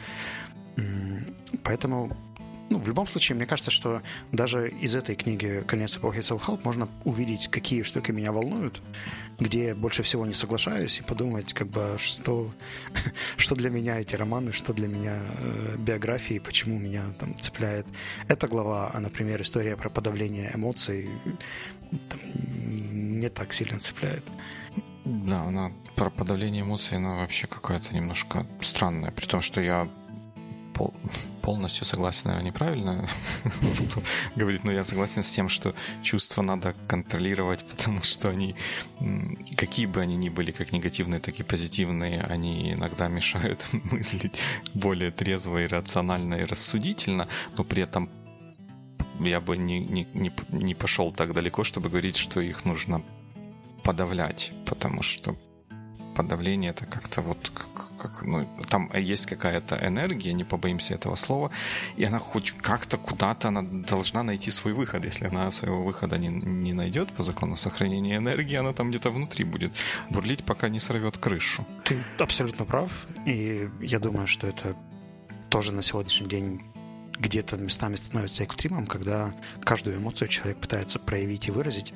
[SPEAKER 2] Поэтому... Ну, в любом случае, мне кажется, что даже из этой книги «Конец эпохи self-help» можно увидеть, какие штуки меня волнуют, где я больше всего не соглашаюсь, и подумать, как бы, что, что для меня эти романы, что для меня э, биографии, почему меня там цепляет эта глава, а, например, история про подавление эмоций там, не так сильно цепляет.
[SPEAKER 1] Да, она про подавление эмоций, она вообще какая-то немножко странная, при том, что я полностью согласен, наверное, неправильно говорит, но я согласен с тем, что чувства надо контролировать, потому что они, какие бы они ни были, как негативные, так и позитивные, они иногда мешают мыслить более трезво и рационально и рассудительно, но при этом я бы не, не, не, не пошел так далеко, чтобы говорить, что их нужно подавлять, потому что подавление — это как-то вот как, как, ну, там есть какая-то энергия, не побоимся этого слова, и она хоть как-то куда-то она должна найти свой выход. Если она своего выхода не, не найдет по закону сохранения энергии, она там где-то внутри будет бурлить, пока не сорвет крышу.
[SPEAKER 2] Ты абсолютно прав, и я думаю, что это тоже на сегодняшний день где-то местами становится экстримом, когда каждую эмоцию человек пытается проявить и выразить,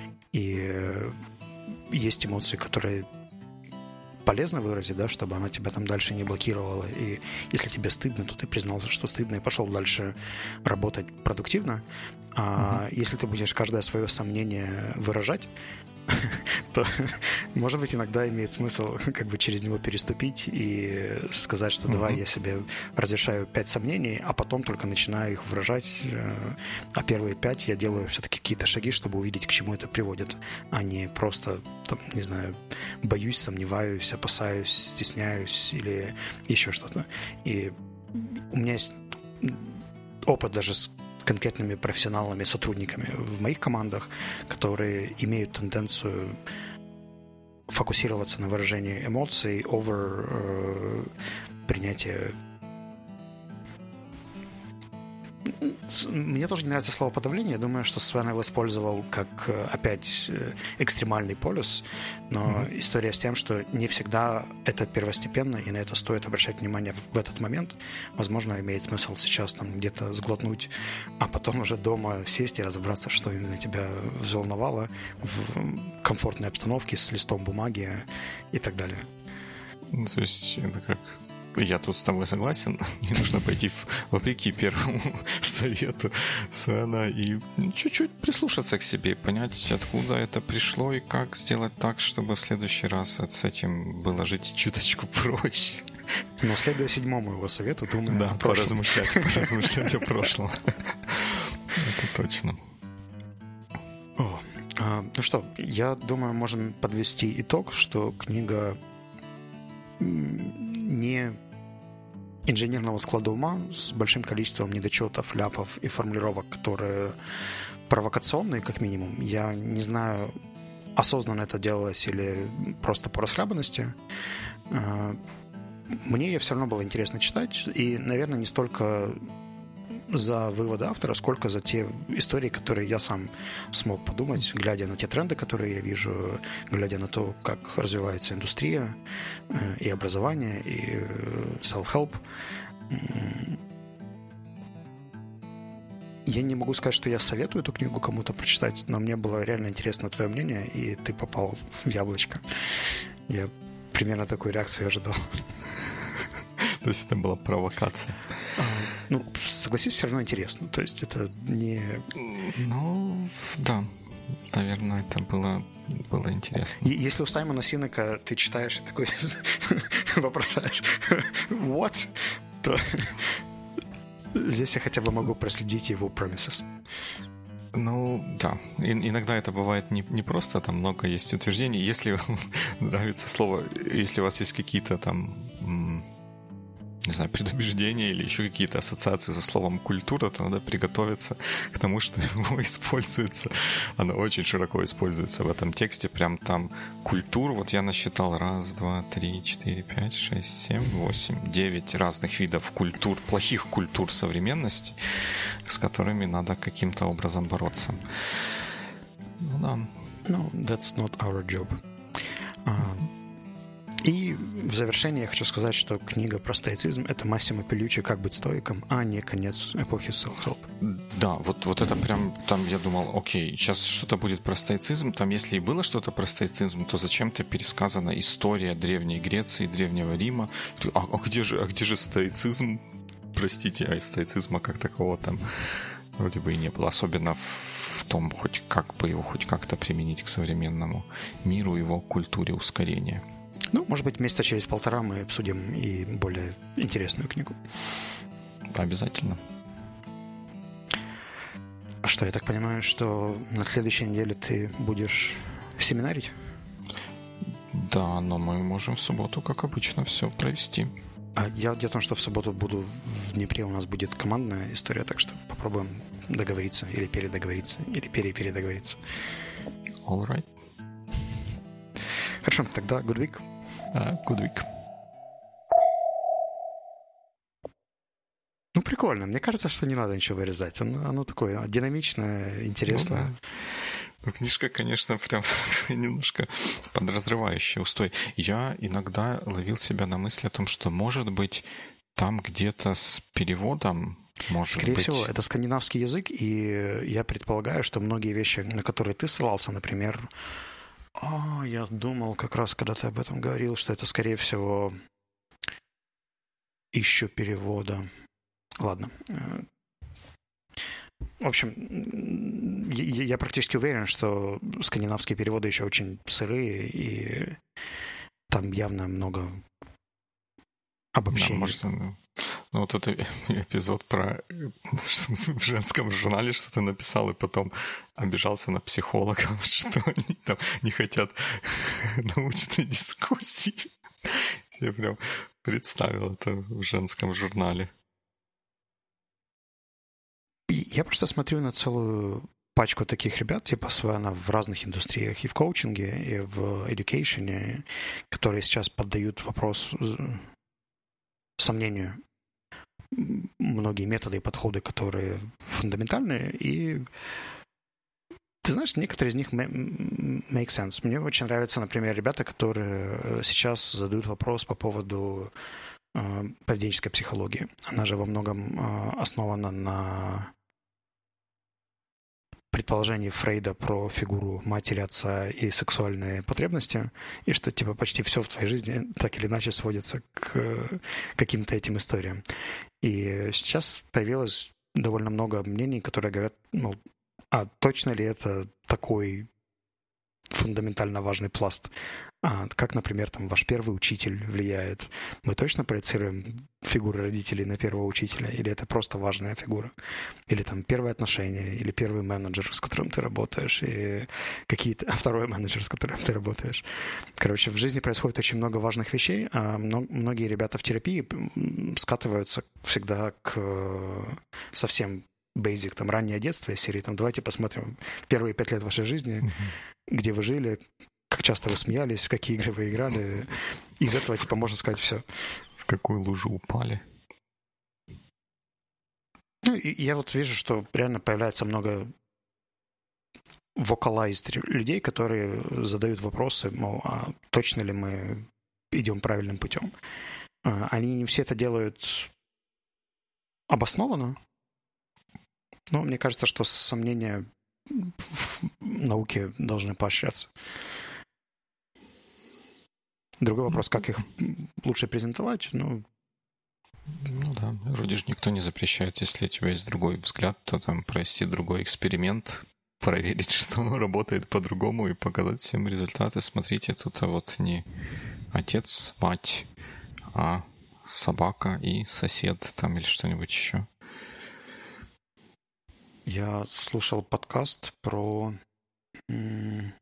[SPEAKER 2] и есть эмоции, которые полезно выразить, да, чтобы она тебя там дальше не блокировала. И если тебе стыдно, то ты признался, что стыдно, и пошел дальше работать продуктивно. А mm-hmm. если ты будешь каждое свое сомнение выражать, то, может быть, иногда имеет смысл как бы через него переступить и сказать, что давай я себе разрешаю пять сомнений, а потом только начинаю их выражать, а первые пять я делаю все-таки какие-то шаги, чтобы увидеть, к чему это приводит, а не просто, там, не знаю, боюсь, сомневаюсь, опасаюсь, стесняюсь или еще что-то. И у меня есть опыт даже с конкретными профессионалами, сотрудниками в моих командах, которые имеют тенденцию фокусироваться на выражении эмоций over э, принятие Мне тоже не нравится слово «подавление». Я думаю, что Свен его использовал как, опять, экстремальный полюс, но mm-hmm. история с тем, что не всегда это первостепенно, и на это стоит обращать внимание в этот момент. Возможно, имеет смысл сейчас там где-то сглотнуть, а потом уже дома сесть и разобраться, что именно тебя взволновало в комфортной обстановке с листом бумаги и так далее.
[SPEAKER 1] Ну, то есть это как... Я тут с тобой согласен. Не нужно пойти в, вопреки первому совету Свена и чуть-чуть прислушаться к себе, понять, откуда это пришло и как сделать так, чтобы в следующий раз с этим было жить чуточку проще.
[SPEAKER 2] Но следуя седьмому его совету, думаю,
[SPEAKER 1] да, поразмышлять, поразмышлять о прошлом. Это точно.
[SPEAKER 2] О, а, ну что, я думаю, можем подвести итог, что книга не инженерного склада ума с большим количеством недочетов, ляпов и формулировок, которые провокационные, как минимум. Я не знаю, осознанно это делалось или просто по расхлябанности. Мне ее все равно было интересно читать, и, наверное, не столько за выводы автора, сколько за те истории, которые я сам смог подумать, глядя на те тренды, которые я вижу, глядя на то, как развивается индустрия и образование, и self-help. Я не могу сказать, что я советую эту книгу кому-то прочитать, но мне было реально интересно твое мнение, и ты попал в яблочко. Я примерно такую реакцию ожидал.
[SPEAKER 1] То есть это была провокация.
[SPEAKER 2] А, ну, согласись, все равно интересно. То есть это не...
[SPEAKER 1] Ну, да. Наверное, это было, было интересно.
[SPEAKER 2] И, если у Саймона Синека ты читаешь и такой вопрошаешь «What?», то здесь я хотя бы могу проследить его promises.
[SPEAKER 1] Ну, да. И, иногда это бывает не, не просто, там много есть утверждений. Если вам нравится слово, если у вас есть какие-то там... не знаю, предубеждения или еще какие-то ассоциации со словом «культура», то надо приготовиться к тому, что его используется. Оно очень широко используется в этом тексте. Прям там культур, вот я насчитал раз, два, три, четыре, пять, шесть, семь, восемь, девять разных видов культур, плохих культур современности, с которыми надо каким-то образом бороться. Ну да.
[SPEAKER 2] No, that's not our job. Uh... И в завершение я хочу сказать, что книга про стоицизм — это Массимо Пеллюччи «Как быть стоиком», а не конец эпохи self-help.
[SPEAKER 1] Да, вот, вот это прям, там я думал, окей, сейчас что-то будет про стоицизм, там если и было что-то про стоицизм, то зачем-то пересказана история Древней Греции, Древнего Рима. А, а, где, же, а где же стоицизм? Простите, а стоицизма как такого там вроде бы и не было, особенно в, в том, хоть как бы его хоть как-то применить к современному миру, его культуре ускорения.
[SPEAKER 2] Ну, может быть, месяца через полтора мы обсудим и более интересную книгу.
[SPEAKER 1] Обязательно.
[SPEAKER 2] А что, я так понимаю, что на следующей неделе ты будешь семинарить?
[SPEAKER 1] Да, но мы можем в субботу, как обычно, все провести.
[SPEAKER 2] А я дело в том, что в субботу буду в Днепре, у нас будет командная история, так что попробуем договориться или передоговориться, или перепередоговориться.
[SPEAKER 1] All right.
[SPEAKER 2] Хорошо, тогда good week.
[SPEAKER 1] Uh, good week.
[SPEAKER 2] Ну, прикольно. Мне кажется, что не надо ничего вырезать. Оно, оно такое динамичное, интересное.
[SPEAKER 1] Ну, да. Ну, книжка, конечно, прям немножко подразрывающая, устой. Я иногда ловил себя на мысли о том, что, может быть, там где-то с переводом может
[SPEAKER 2] Скорее
[SPEAKER 1] быть...
[SPEAKER 2] всего, это скандинавский язык, и я предполагаю, что многие вещи, на которые ты ссылался, например... О, я думал как раз, когда ты об этом говорил, что это, скорее всего, еще перевода. Ладно. В общем, я, я практически уверен, что скандинавские переводы еще очень сырые, и там явно много обобщений.
[SPEAKER 1] Да, может, ну, вот этот эпизод про в женском журнале, что ты написал, и потом обижался на психологов, что они там не хотят научной дискуссии. Я прям представил это в женском журнале.
[SPEAKER 2] Я просто смотрю на целую пачку таких ребят, типа Свена, в разных индустриях, и в коучинге, и в education, которые сейчас поддают вопрос сомнению многие методы и подходы, которые фундаментальные, и ты знаешь, некоторые из них make sense. Мне очень нравятся, например, ребята, которые сейчас задают вопрос по поводу э, поведенческой психологии. Она же во многом э, основана на предположении Фрейда про фигуру матери, отца и сексуальные потребности, и что типа почти все в твоей жизни так или иначе сводится к каким-то этим историям. И сейчас появилось довольно много мнений, которые говорят, ну, а точно ли это такой фундаментально важный пласт? А, как, например, там ваш первый учитель влияет? Мы точно проецируем фигуры родителей на первого учителя? Или это просто важная фигура? Или там первые отношения? Или первый менеджер, с которым ты работаешь? И какие-то... А второй менеджер, с которым ты работаешь? Короче, в жизни происходит очень много важных вещей, а многие ребята в терапии скатываются всегда к совсем basic, там, раннее детство из серии, там, давайте посмотрим первые пять лет вашей жизни, mm-hmm. где вы жили, как часто вы смеялись, в какие игры вы играли. Из этого, типа, можно сказать все.
[SPEAKER 1] В какую лужу упали.
[SPEAKER 2] Ну, и я вот вижу, что реально появляется много vocalized людей, которые задают вопросы, мол, а точно ли мы идем правильным путем? Они не все это делают обоснованно, но мне кажется, что сомнения в науке должны поощряться. Другой вопрос, как их лучше презентовать, ну...
[SPEAKER 1] Ну да, вроде же никто не запрещает, если у тебя есть другой взгляд, то там провести другой эксперимент, проверить, что оно работает по-другому и показать всем результаты. Смотрите, тут вот не отец, мать, а собака и сосед там или что-нибудь еще.
[SPEAKER 2] Я слушал подкаст про... Блин,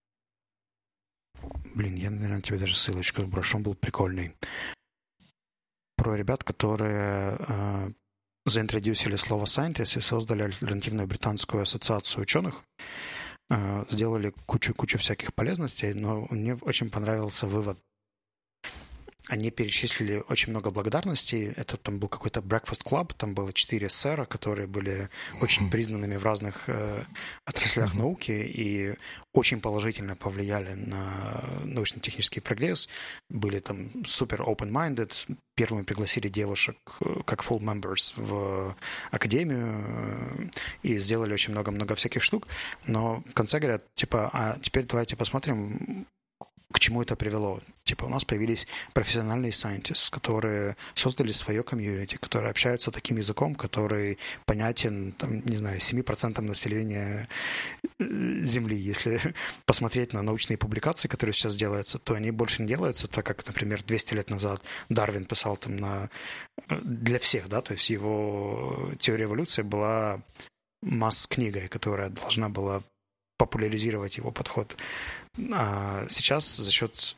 [SPEAKER 2] я, наверное, тебе даже ссылочку сброшу, он был прикольный. Про ребят, которые э, заинтродюсили слово scientist и создали альтернативную британскую ассоциацию ученых. Э, сделали кучу-кучу всяких полезностей, но мне очень понравился вывод. Они перечислили очень много благодарностей. Это там был какой-то Breakfast Club, там было четыре сэра, которые были очень признанными в разных э, отраслях науки и очень положительно повлияли на научно-технический прогресс. Были там супер open-minded. Первыми пригласили девушек как full members в академию и сделали очень много-много всяких штук. Но в конце говорят, типа, а теперь давайте посмотрим, к чему это привело. Типа у нас появились профессиональные scientists, которые создали свое комьюнити, которые общаются таким языком, который понятен, там, не знаю, семь процентов населения Земли. Если посмотреть на научные публикации, которые сейчас делаются, то они больше не делаются, так как, например, двести лет назад Дарвин писал там на... для всех, да, то есть его теория эволюции была масс-книгой, которая должна была популяризировать его подход. А сейчас за счет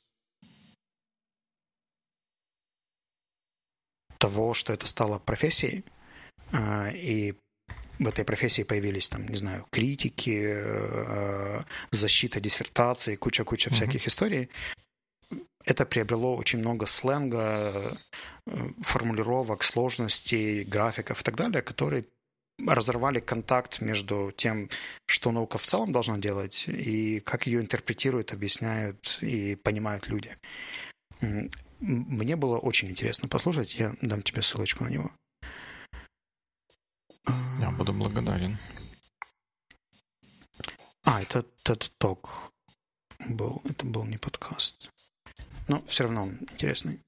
[SPEAKER 2] того, что это стало профессией, и в этой профессии появились, там, не знаю, критики, защита диссертаций, куча-куча mm-hmm. всяких историй, это приобрело очень много сленга, формулировок, сложностей, графиков и так далее, которые разорвали контакт между тем, что наука в целом должна делать, и как ее интерпретируют, объясняют и понимают люди. Мне было очень интересно послушать. Я дам тебе ссылочку на него.
[SPEAKER 1] Я буду благодарен.
[SPEAKER 2] А, это TED Talk был. Это был не подкаст. Но все равно он интересный.